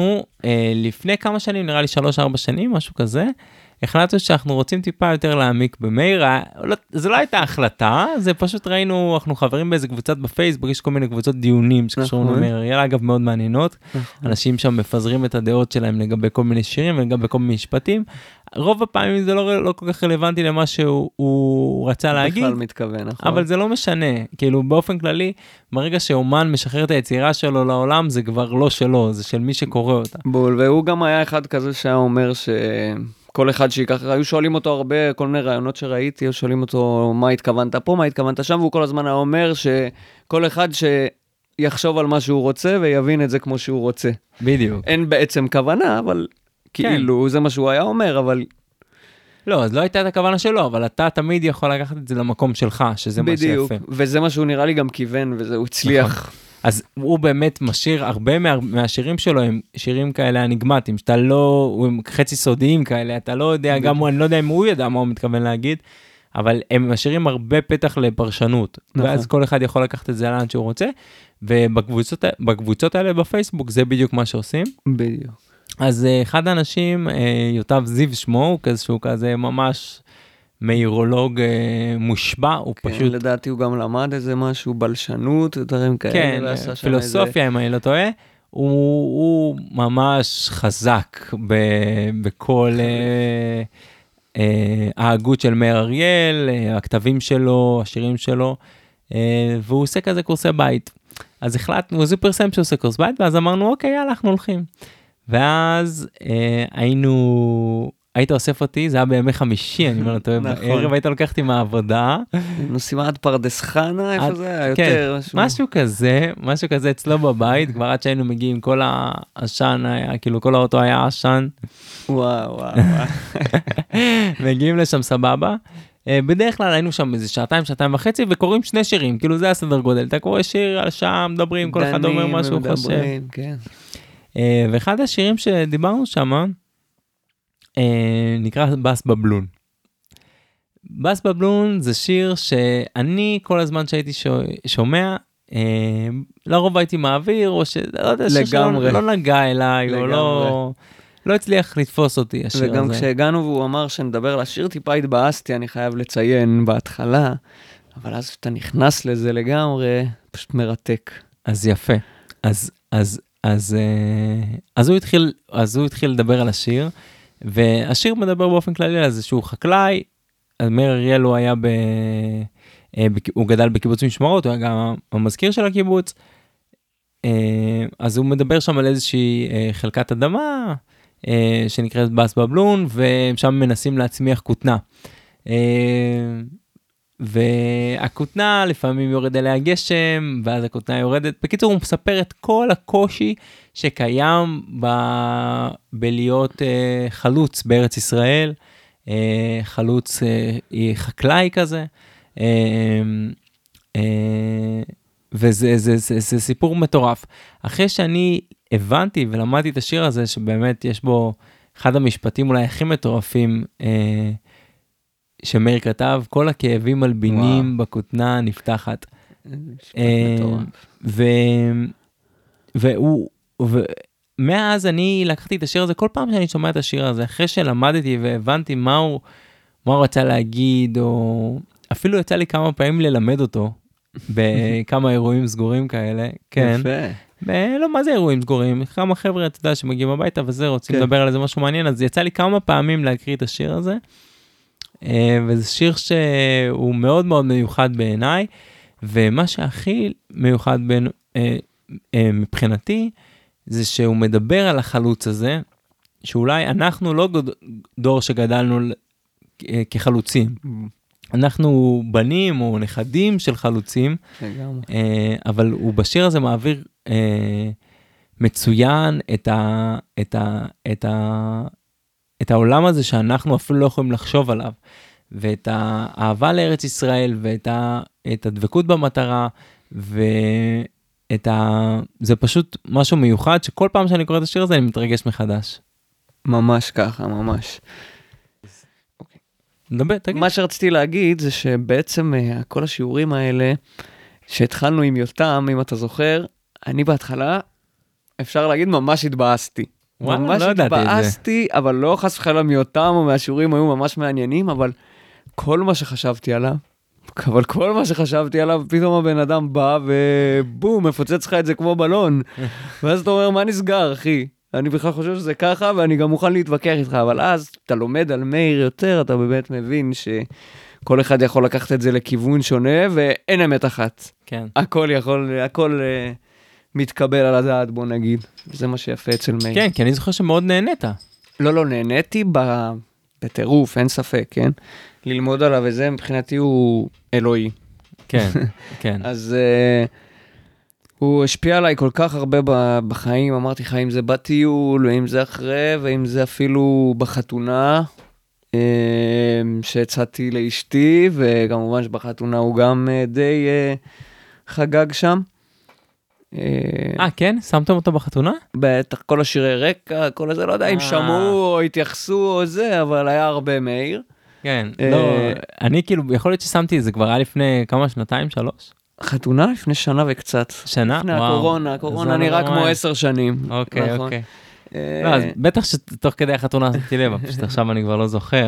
Speaker 1: לפני כמה שנים, נראה לי 3-4 שנים, משהו כזה, החלטנו שאנחנו רוצים טיפה יותר להעמיק במאיר, זה לא הייתה החלטה, זה פשוט ראינו, אנחנו חברים באיזה קבוצת בפייסבוק, יש כל מיני קבוצות דיונים שקשורים למאיר אריאל, אגב מאוד מעניינות, אנשים שם מפזרים את הדעות שלהם לגבי כל מיני שירים ולגבי כל מיני משפטים, רוב הפעמים זה לא כל כך רלוונטי למה שהוא רצה להגיד,
Speaker 2: בכלל מתכוון, נכון.
Speaker 1: אבל זה לא משנה, כאילו באופן כללי, ברגע שאומן משחרר את היצירה שלו לעולם, זה כבר לא שלו, זה של מי שקורא אותה.
Speaker 2: בול, והוא גם היה אחד כזה שהיה אומר כל אחד שיקח, היו שואלים אותו הרבה, כל מיני רעיונות שראיתי, היו שואלים אותו מה התכוונת פה, מה התכוונת שם, והוא כל הזמן היה אומר שכל אחד שיחשוב על מה שהוא רוצה ויבין את זה כמו שהוא רוצה.
Speaker 1: בדיוק.
Speaker 2: אין בעצם כוונה, אבל כאילו זה מה שהוא היה אומר, אבל...
Speaker 1: לא, אז לא הייתה את הכוונה שלו, אבל אתה תמיד יכול לקחת את זה למקום שלך, שזה מה שיפה.
Speaker 2: בדיוק, וזה מה שהוא נראה לי גם כיוון, וזה הוא הצליח.
Speaker 1: אז הוא באמת משאיר, הרבה מהשירים שלו הם שירים כאלה אניגמטיים, שאתה לא, הם חצי סודיים כאלה, אתה לא יודע, גם אני לא יודע אם הוא ידע מה הוא מתכוון להגיד, אבל הם משאירים הרבה פתח לפרשנות, ואז כל אחד יכול לקחת את זה לאן שהוא רוצה, ובקבוצות האלה בפייסבוק זה בדיוק מה שעושים.
Speaker 2: בדיוק.
Speaker 1: אז אחד האנשים, יוטב זיו שמו, הוא כזה כזה ממש מאירולוג מושבע, הוא פשוט...
Speaker 2: לדעתי הוא גם למד איזה משהו, בלשנות, דברים כאלה.
Speaker 1: כן, פילוסופיה, אם אני לא טועה. הוא ממש חזק בכל ההגות של מאיר אריאל, הכתבים שלו, השירים שלו, והוא עושה כזה קורסי בית. אז החלטנו, הוא פרסם שהוא עושה קורס בית, ואז אמרנו, אוקיי, יאללה, אנחנו הולכים. ואז היית אוסף אותי, זה היה בימי חמישי, אני אומר, בערב היית לוקחתי מהעבודה.
Speaker 2: נוסעים עד פרדס חנה, איפה זה היה יותר?
Speaker 1: משהו כזה אצלו בבית, כבר עד שהיינו מגיעים, כל העשן היה, כאילו כל האוטו היה עשן.
Speaker 2: וואו.
Speaker 1: מגיעים לשם סבבה. בדרך כלל היינו שם איזה שעתיים וחצי, וקוראים 2 שירים, כאילו זה הסדר גודל. אתה קורא שיר על שם, מדברים, כל אחד אומר מה שהוא חושב. ואחד השירים שדיברנו שם, נקרא בס בבלון. בס בבלון זה שיר שאני כל הזמן שהייתי שומע, לרוב הייתי מעביר, או שלא יודע, לא נגע אליי, או לא הצליח לתפוס אותי השיר הזה.
Speaker 2: וגם כשהגענו והוא אמר שנדבר על השיר, טיפה התבאסתי, אני חייב לציין בהתחלה, אבל אז שאתה נכנס לזה לגמרי, פשוט מרתק.
Speaker 1: אז יפה. אז הוא התחיל לדבר על השיר, והשיר מדבר באופן כללי על איזשהו חקלאי, מאיר אריאל הוא היה הוא גדל בקיבוץ משמרות, הוא היה גם המזכיר של הקיבוץ, אז הוא מדבר שם על איזושהי חלקת אדמה, שנקראת בס בבלון, ושם מנסים להצמיח כותנה. והכותנה לפעמים יורד אליה גשם, ואז הכותנה יורדת. בקיצור, הוא מספר את כל הקושי שקיים בלהיות חלוץ בארץ ישראל, חלוץ חקלאי כזה, וזה סיפור מטורף. אחרי שאני הבנתי ולמדתי את השיר הזה, שבאמת יש בו אחד המשפטים אולי הכי מטורפים, שמאיר כתב, כל הכאבים מלבינים בכותנה נפתחת. ומאז אני לקחתי את השיר הזה, כל פעם שאני שומע את השיר הזה, אחרי שלמדתי והבנתי מה הוא רצה להגיד, או אפילו יצא לי כמה פעמים ללמד אותו, בכמה אירועים סגורים כאלה. כן. לא, מה זה אירועים סגורים? כמה חבר'ה, אתה יודע, שמגיעים הביתה וזה, רוצים לדבר על איזה משהו מעניין, אז יצא לי כמה פעמים להקריא את השיר הזה, וזה שיר שהוא מאוד מאוד מיוחד בעיניי, ומה שהכי מיוחד מבחינתי, זה שהוא מדבר על החלוץ הזה, שאולי אנחנו לא דור שגדלנו כחלוצים, אנחנו בנים או נכדים של חלוצים, אבל הוא בשיר הזה מעביר מצוין את העולם הזה שאנחנו אפילו לא יכולים לחשוב עליו, ואת האהבה לארץ ישראל, ואת הדבקות במטרה, זה פשוט משהו מיוחד, שכל פעם שאני קורא את השיר הזה, אני מתרגש מחדש.
Speaker 2: ממש ככה, ממש.
Speaker 1: תגיד.
Speaker 2: מה שרציתי להגיד, זה שבעצם כל השיעורים האלה, שהתחלנו עם יותם, אם אתה זוכר, אני בהתחלה, אפשר להגיד, ממש התבאסתי.
Speaker 1: וואלה,
Speaker 2: ממש
Speaker 1: לא ידעתי את זה.
Speaker 2: התבאסתי, אבל לא חס וחלילה מאותם או מהשיעורים היו ממש מעניינים, אבל כל מה שחשבתי עליו, פתאום הבן אדם בא ובום, מפוצץ לך את זה כמו בלון. ואז אתה אומר, מה נסגר, אחי? אני בכלל חושב שזה ככה, ואני גם מוכן להתווכח איתך, אבל אז אתה לומד על מאיר יותר, אתה באמת מבין שכל אחד יכול לקחת את זה לכיוון שונה, ואין אמת אחת.
Speaker 1: כן.
Speaker 2: הכל מתקבל על הדעת, בוא נגיד. זה מה שיפה אצל מאיר.
Speaker 1: כן, כי אני זוכר שמאוד נהנית.
Speaker 2: לא, נהניתי בטירוף, אין ספק, כן? ללמוד עליו וזה, מבחינתי הוא אלוהי.
Speaker 1: כן, כן.
Speaker 2: אז הוא השפיע עליי כל כך הרבה בחיים, אמרתי לך, אם זה בטיול, ואם זה אחרי, ואם זה אפילו בחתונה, שהצעתי לאשתי, וכמובן שבחתונה הוא גם די חגג שם.
Speaker 1: כן? שמתם אותו בחתונה?
Speaker 2: בטח, כל השירי רקע, כל הזה, לא יודע אם שמעו או התייחסו או זה, אבל היה הרבה מאיר.
Speaker 1: כן, לא, אני כאילו, יכול להיות ששמתי את זה כבר היה לפני כמה, 2, 3?
Speaker 2: חתונה לפני שנה וקצת.
Speaker 1: שנה?
Speaker 2: לפני הקורונה נראה כמו 10 שנים.
Speaker 1: אוקיי. לא, אז בטח שתוך כדי החתונה שמתי לב, פשוט עכשיו אני כבר לא זוכר.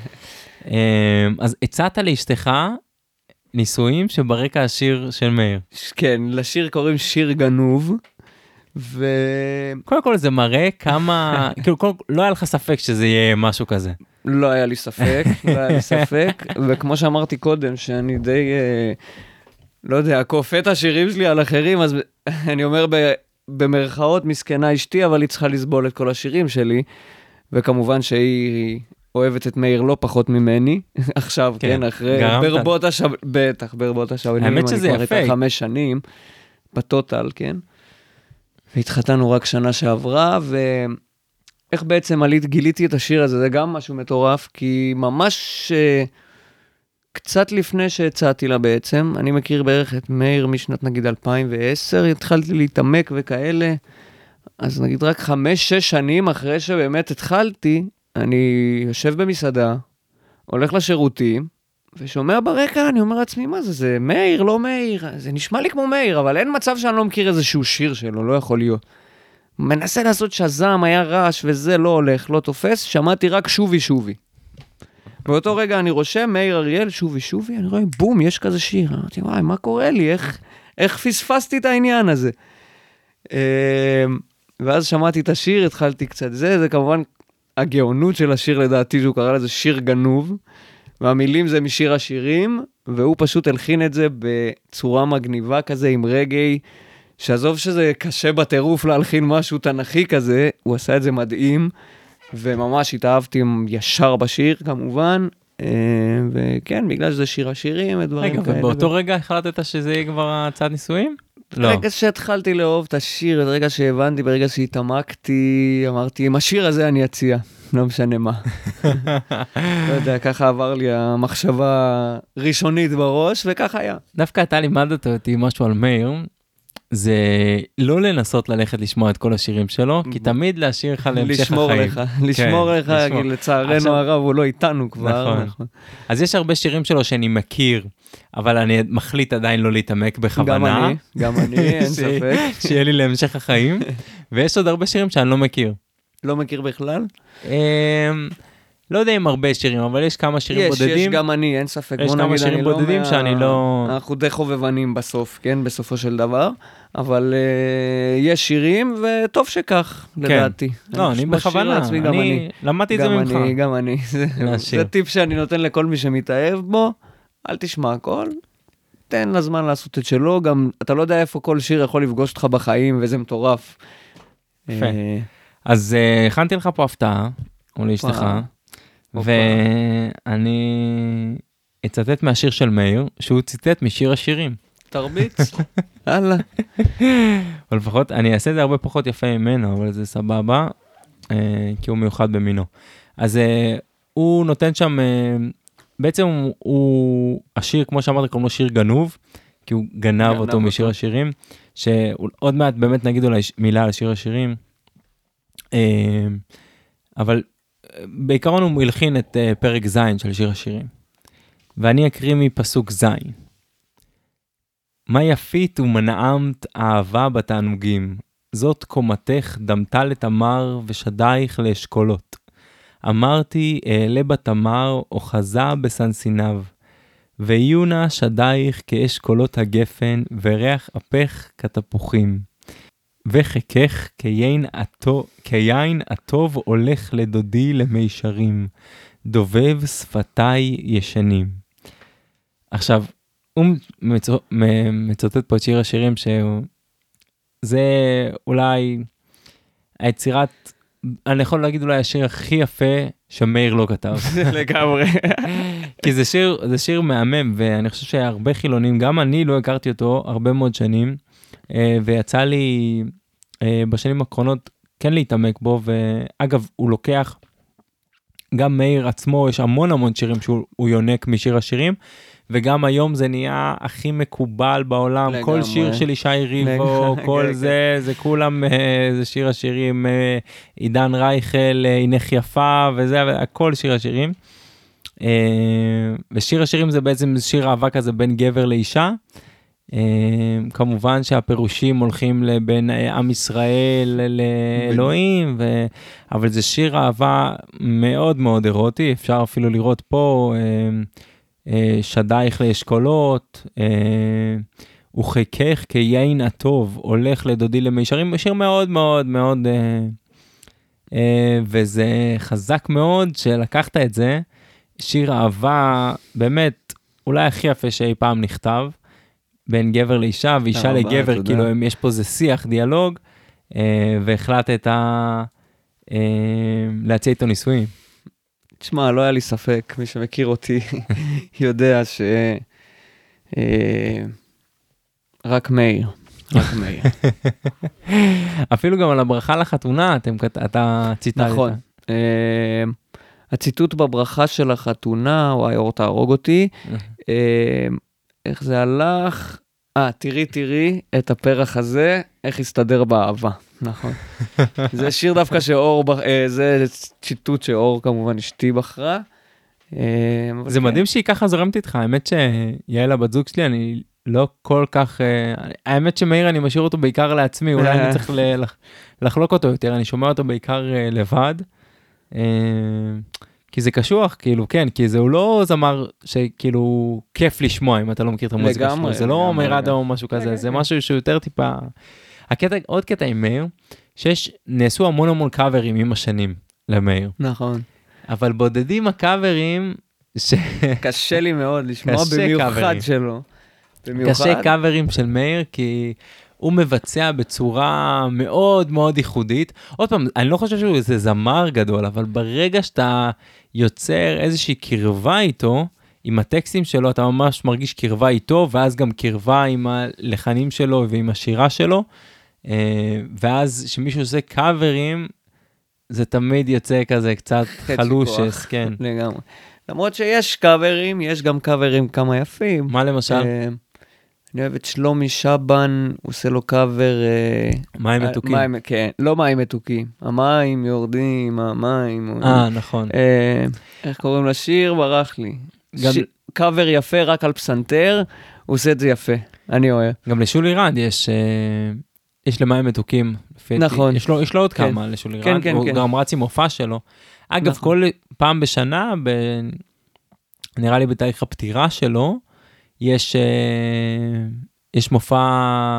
Speaker 1: אז הצעת לאשתך נישואים שברקע השיר של מאיר.
Speaker 2: כן, לשיר קוראים שיר גנוב,
Speaker 1: קודם כל זה מראה כמה, כאילו לא היה לך ספק שזה יהיה משהו כזה.
Speaker 2: לא היה לי ספק, וכמו שאמרתי קודם, שאני די, לא יודע, כופה את השירים שלי על אחרים, אז אני אומר במרכאות מסכנה אשתי, אבל היא צריכה לסבול את כל השירים שלי, וכמובן שהיא אוהבת את מאיר לא פחות ממני, עכשיו, כן, אחרי ברבות השבונים,
Speaker 1: האמת שזה יפה.
Speaker 2: אני כבר איתה 5 שנים, בטוטל, כן, והתחתנו רק שנה שעברה, איך בעצם גיליתי את השיר הזה, זה גם משהו מטורף, כי ממש קצת לפני שהצעתי לה בעצם, אני מכיר בערך את מאיר משנת נגיד 2010, התחלתי להתעמק וכאלה, אז נגיד רק 5-6 שנים אחרי שבאמת התחלתי, אני יושב במסעדה, הולך לשירותים, ושומע ברקע, אני אומר לעצמי, מה זה? זה מאיר, לא מאיר, זה נשמע לי כמו מאיר, אבל אין מצב שאני לא מכיר איזשהו שיר שלו, לא יכול להיות. מנסה לעשות שזם, היה רעש וזה לא הולך, לא תופס, שמעתי רק שובי. באותו רגע אני רושם, מאיר אריאל, שובי, אני רואה, בום, יש כזה שיר. אמרתי, וואי, מה קורה לי? איך פספסתי את העניין הזה? ואז שמעתי את השיר, התחלתי קצת זה כמובן הגאונות של השיר לדעתי, שהוא קרא לזה שיר גנוב, והמילים זה משיר השירים, והוא פשוט הלחין את זה בצורה מגניבה כזה, עם רגעי, שעזוב שזה קשה בטירוף להלחין משהו תנכי כזה, הוא עשה את זה מדהים, וממש התאהבתי ישר בשיר כמובן, וכן, בגלל שזה שיר השירים, ודברים כאלה.
Speaker 1: רגע, ובאותו רגע החלטת שזה יהיה כבר הצעת נישואים? לא.
Speaker 2: ברגע שהתחלתי לאהוב את השיר, ברגע שהבנתי, ברגע שהתעמקתי, אמרתי, עם השיר הזה אני אציע, לא משנה מה. לא יודע, ככה עבר לי המחשבה ראשונית בראש, וככה היה.
Speaker 1: דווקא אתה לימדת אותי משהו על מאיר, זה לא לנסות ללכת לשמוע את כל השירים שלו, כי תמיד להשאיר לך להמשך החיים.
Speaker 2: לשמור לך, לצערנו הרב, הוא לא איתנו כבר.
Speaker 1: נכון. אז יש הרבה שירים שלו שאני מכיר, אבל אני מחליט עדיין לא להתעמק בכוונה.
Speaker 2: גם אני, אין ספק.
Speaker 1: שיהיה לי להמשך החיים, ויש עוד הרבה שירים שאני לא מכיר.
Speaker 2: לא מכיר בכלל?
Speaker 1: לא יודע אם הרבה שירים, אבל יש כמה שירים בודדים.
Speaker 2: יש גם אני, אין ספק.
Speaker 1: יש כמה שירים בודדים שאני לא...
Speaker 2: אנחנו די חובבנים בסוף, כן? בסופו של דבר. אבל יש שירים, וטוב שכך, לדעתי.
Speaker 1: לא, אני בכוונה. אני למדתי את זה ממך.
Speaker 2: גם אני. זה טיפ שאני נותן לכל מי שמתאהב בו. אל תשמע הכל. תן לזמן לעשות את שלו. גם אתה לא יודע איפה כל שיר יכול לפגוש אותך בחיים, וזה מטורף.
Speaker 1: יפה. אז הכנתי לך פה הפתעה, או לאשתך. ואני אצטט מהשיר של מאיר, שהוא ציטט משיר השירים.
Speaker 2: תרביץ. הלאה.
Speaker 1: אבל לפחות, אני אעשה את זה הרבה פחות יפה ממנו, אבל זה סבבה, כי הוא מיוחד במינו. אז הוא נותן שם, בעצם הוא, השיר, כמו שאמרת, קוראים לו שיר גנוב, כי הוא גנב אותו משיר השירים, שעוד מעט באמת נגיד אולי מילה על שיר השירים, אבל בעיקרון הוא הלחין את פרק זין של שיר השירים. ואני אקריא מפסוק זין. מה יפית ומנעמת אהבה בתענוגים, זאת קומתך דמתה לתמר ושדייך לאשכולות. אמרתי, אעלה בתמר, אוחזה בסנסיניו. ויהיו נא שדייך כאשכולות הגפן, וריח אפך כתפוחים. וחכך כיין הטוב הולך לדודי למישרים. דובב שפתיי ישנים. עכשיו, הוא מצוטט פה את שיר השירים שזה אולי היצירת, אני יכול להגיד אולי השיר הכי יפה שמאיר לא כתב.
Speaker 2: לגמרי.
Speaker 1: כי זה שיר מהמם, ואני חושב שהרבה חילונים, גם אני לא הכרתי אותו הרבה מאוד שנים, ויצא לי בשנים האחרונות כן להתעמק בו, ואגב, הוא לוקח, גם מאיר עצמו, יש המון שירים שהוא יונק משיר השירים, וגם היום זה נהיה הכי מקובל בעולם, לגמרי. כל שיר של ישי ריבו, כל זה כולם, זה שיר השירים, עידן רייכל, הינך יפה, וזה, הכל שיר השירים. ושיר השירים זה בעצם שיר אהבה כזה בין גבר לאישה, כמובן שהפירושים הולכים לבין עם ישראל לאלוהים, אבל זה שיר אהבה מאוד מאוד אירוטי, אפשר אפילו לראות פה, שדייך לאשכולות, וחכך כיין הטוב, הולך לדודי למישרים, שיר מאוד מאוד מאוד, וזה חזק מאוד שלקחת את זה, שיר אהבה באמת אולי הכי יפה שאי פעם נכתב, בין גבר לאישה ואישה לגבר, תודה. כאילו יש פה זה שיח, דיאלוג, והחלטת להציע איתו נישואים.
Speaker 2: תשמע, לא היה לי ספק, מי שמכיר אותי יודע רק מאיר.
Speaker 1: אפילו גם על הברכה לחתונה, אתה ציטטת.
Speaker 2: נכון. הציטוט בברכה של החתונה, וואי, אור תהרוג אותי, איך זה הלך? תראי את הפרח הזה, איך הסתדר באהבה. נכון. זה שיר דווקא שאור, זה ציטוט שאור כמובן אשתי בחרה.
Speaker 1: זה מדהים שהיא ככה זורמת איתך, האמת שיעל הבת זוג שלי, אני לא כל כך, האמת שמאיר אני משאיר אותו בעיקר לעצמי, אולי אני צריך לחלוק אותו יותר, אני שומע אותו בעיקר לבד, כי זה קשוח, כאילו, כן, כי זה הוא לא זמר שכאילו כיף לשמוע, אם אתה לא מכיר את המוזיקה שלו, זה לא מרד או משהו כזה, זה משהו שהוא יותר טיפה, עוד קטע עם מאיר, נעשו המון קאברים עם השנים למאיר.
Speaker 2: נכון.
Speaker 1: אבל בודדים הקאברים,
Speaker 2: קשה לי מאוד לשמוע במיוחד שלו.
Speaker 1: קשה קאברים של מאיר, כי הוא מבצע בצורה מאוד מאוד ייחודית. עוד פעם, אני לא חושב שהוא איזה זמר גדול, אבל ברגע שאתה יוצר איזושהי קרבה איתו, עם הטקסטים שלו, אתה ממש מרגיש קרבה איתו, ואז גם קרבה עם הלחנים שלו ועם השירה שלו, ואז שמישהו עושה קאברים, זה תמיד יוצא כזה קצת חלושס, כן.
Speaker 2: לגמרי. למרות שיש קאברים, יש גם קאברים כמה יפים.
Speaker 1: מה למשל?
Speaker 2: אני אוהב את שלומי שבן, הוא עושה לו קאבר...
Speaker 1: מים מתוקים.
Speaker 2: כן, לא מים מתוקים. המים יורדים, המים...
Speaker 1: נכון.
Speaker 2: איך קוראים לשיר? ברח לי. קאבר יפה רק על פסנתר, הוא עושה את זה יפה. אני אוהב.
Speaker 1: גם לשולי רד יש למים מתוקים.
Speaker 2: נכון.
Speaker 1: יש לו עוד כמה לשולי רד. הוא גם רץ עם מופע שלו. אגב, כל פעם בשנה, נראה לי בתאריך הפטירה שלו, יש מופע...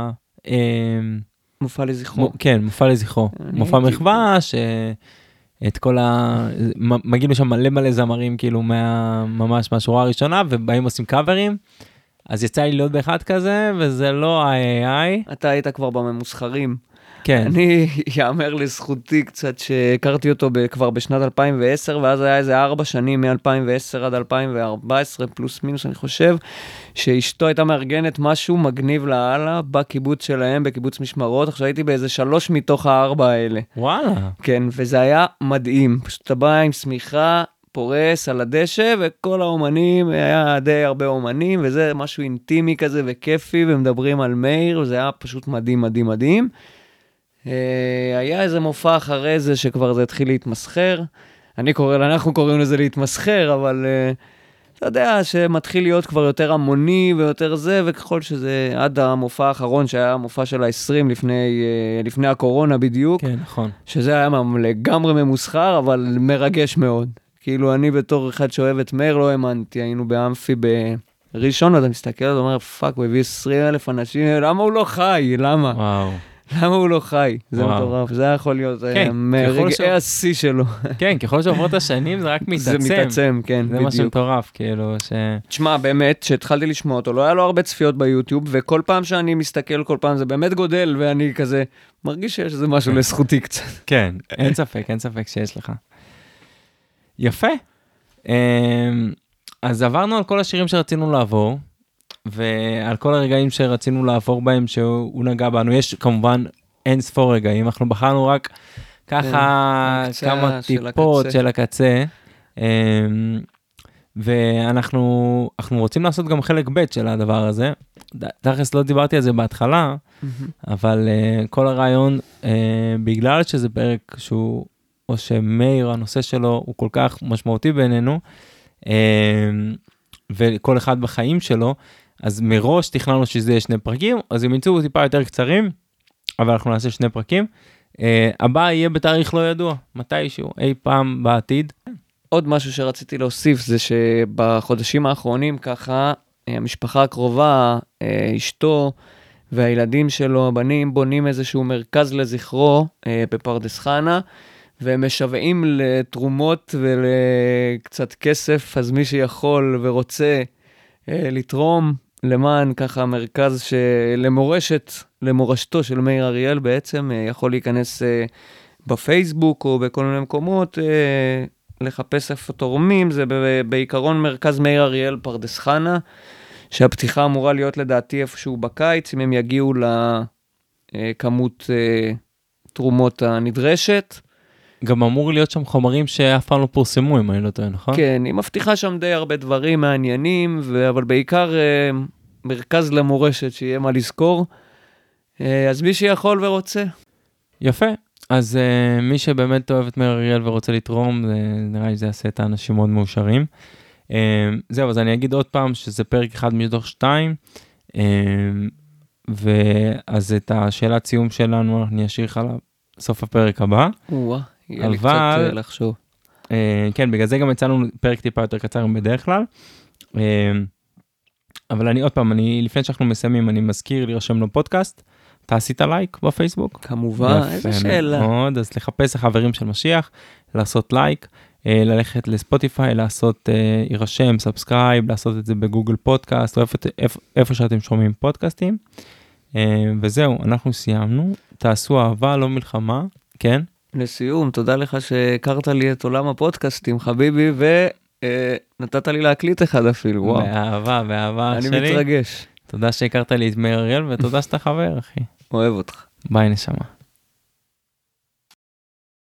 Speaker 2: מופע לזכרו.
Speaker 1: כן, מופע לזכרו. מופע מחווה, את כל מגיעים לשם מלא זמרים, כאילו, ממש מהשורה הראשונה, ובאים עושים קאברים, אז יצא לי להיות באחד כזה, וזה לא איי.
Speaker 2: אתה היית כבר בממוסחרים.
Speaker 1: כן.
Speaker 2: אני יאמר לזכותי קצת שהכרתי אותו כבר בשנת 2010, ואז היה איזה 4 שנים, מ-2010 עד 2014, פלוס מינוס, אני חושב, שאשתו הייתה מארגנת משהו מגניב להלאה, בקיבוץ שלהם, בקיבוץ משמרות, עכשיו הייתי באיזה 3 מתוך 4 האלה.
Speaker 1: וואלה.
Speaker 2: כן, וזה היה מדהים, פשוט אתה בא עם סמיכה, פורס על הדשא, וכל האומנים, היה די הרבה אומנים, וזה משהו אינטימי כזה וכיפי, ומדברים על מאיר, וזה היה פשוט מדהים, מדהים, מדהים. היה איזה מופע אחרי זה שכבר זה התחיל להתמסחר, אנחנו קוראים לזה להתמסחר, אבל אתה יודע שמתחיל להיות כבר יותר המוני ויותר זה, וככל שזה עד המופע האחרון, שהיה המופע של ה-20 לפני הקורונה בדיוק.
Speaker 1: כן, נכון.
Speaker 2: שזה היה לגמרי ממוסחר, אבל מרגש מאוד. כאילו אני בתור אחד שאוהב את מאיר לא האמנתי, היינו באמפי בראשון, ואתה מסתכל, אתה אומר, פאק, הוא הביא 20,000 אנשים, למה הוא לא חי? למה?
Speaker 1: וואו.
Speaker 2: למה הוא לא חי? זה מטורף, זה יכול להיות מרגעי השיא שלו.
Speaker 1: כן, ככל שעוברות השנים זה רק מתעצם.
Speaker 2: זה מתעצם, כן,
Speaker 1: בדיוק. זה מה שמטורף, כאילו ש...
Speaker 2: תשמע, באמת, שהתחלתי לשמוע אותו, לא היה לו הרבה צפיות ביוטיוב, וכל פעם שאני מסתכל, כל פעם זה באמת גודל, ואני כזה מרגיש שיש איזה משהו לזכותי קצת.
Speaker 1: כן, אין ספק שיש לך. יפה. אז עברנו על כל השירים שרצינו לעבור, ועל כל הרגעים שרצינו לעבור בהם שהוא נגע בנו. יש כמובן אין ספור רגעים, אנחנו בחרנו רק ככה כמה טיפות של הקצה, ואנחנו רוצים לעשות גם חלק ב' של הדבר הזה. תכלס לא דיברתי על זה בהתחלה, אבל כל הרעיון, בגלל שזה פרק שהוא, או שמאיר, הנושא שלו הוא כל כך משמעותי בינינו, וכל אחד בחיים שלו, אז מראש תכננו שזה יהיה 2 פרקים, אז הם ימצאו טיפה יותר קצרים, אבל אנחנו נעשה 2 פרקים. הבא יהיה בתאריך לא ידוע, מתישהו, אי פעם בעתיד.
Speaker 2: עוד משהו שרציתי להוסיף, זה שבחודשים האחרונים ככה, המשפחה הקרובה, אשתו והילדים שלו, הבנים, בונים איזשהו מרכז לזכרו בפרדס חנה, והם משוועים לתרומות ולקצת כסף, אז מי שיכול ורוצה לתרום למען ככה מרכז למורשתו של מאיר אריאל בעצם, יכול להיכנס בפייסבוק או בכל מיני מקומות, לחפש איפה תורמים, זה בעיקרון מרכז מאיר אריאל פרדס חנה, שהפתיחה אמורה להיות לדעתי איפשהו בקיץ, אם הם יגיעו לכמות תרומות הנדרשת.
Speaker 1: גם אמור להיות שם חומרים שאף פעם לא פורסמו, אם אני לא טועה, נכון?
Speaker 2: כן, היא מבטיחה שם די הרבה דברים מעניינים, אבל בעיקר מרכז למורשת שיהיה מה לזכור. אז מי שיכול ורוצה.
Speaker 1: יפה. אז מי שבאמת אוהב את מאיר אריאל ורוצה לתרום, נראה לי זה יעשה את האנשים מאוד מאושרים. זהו, אז אני אגיד עוד פעם שזה פרק 1 מתוך 2, ואז את השאלת סיום שלנו אני אשאיר לך לסוף הפרק הבא.
Speaker 2: יהיה לי קצת לחשוב.
Speaker 1: כן, בגלל זה גם יצאנו פרק טיפה יותר קצר בדרך כלל. אבל אני עוד פעם, לפני שאנחנו מסיימים, אני מזכיר להירשם לו פודקאסט. אתה עשית לייק בפייסבוק?
Speaker 2: כמובן, איזה שאלה.
Speaker 1: מאוד, אז לחפש החברים של משיח, לעשות לייק, ללכת לספוטיפיי, לעשות יירשם, סאבסקרייב, לעשות את זה בגוגל פודקאסט, או איפה שאתם שומעים פודקאסטים. וזהו, אנחנו סיימנו. תעשו אהבה, לא מלחמה, כן?
Speaker 2: לסיום, תודה לך שהכרת לי את עולם הפודקאסטים, חביבי, ונתת לי להקליט אחד אפילו, וואו.
Speaker 1: באהבה שלי.
Speaker 2: אני מתרגש.
Speaker 1: תודה שהכרת לי את מאיר אריאל, ותודה שאתה חבר, אחי.
Speaker 2: אוהב אותך.
Speaker 1: ביי נשמה.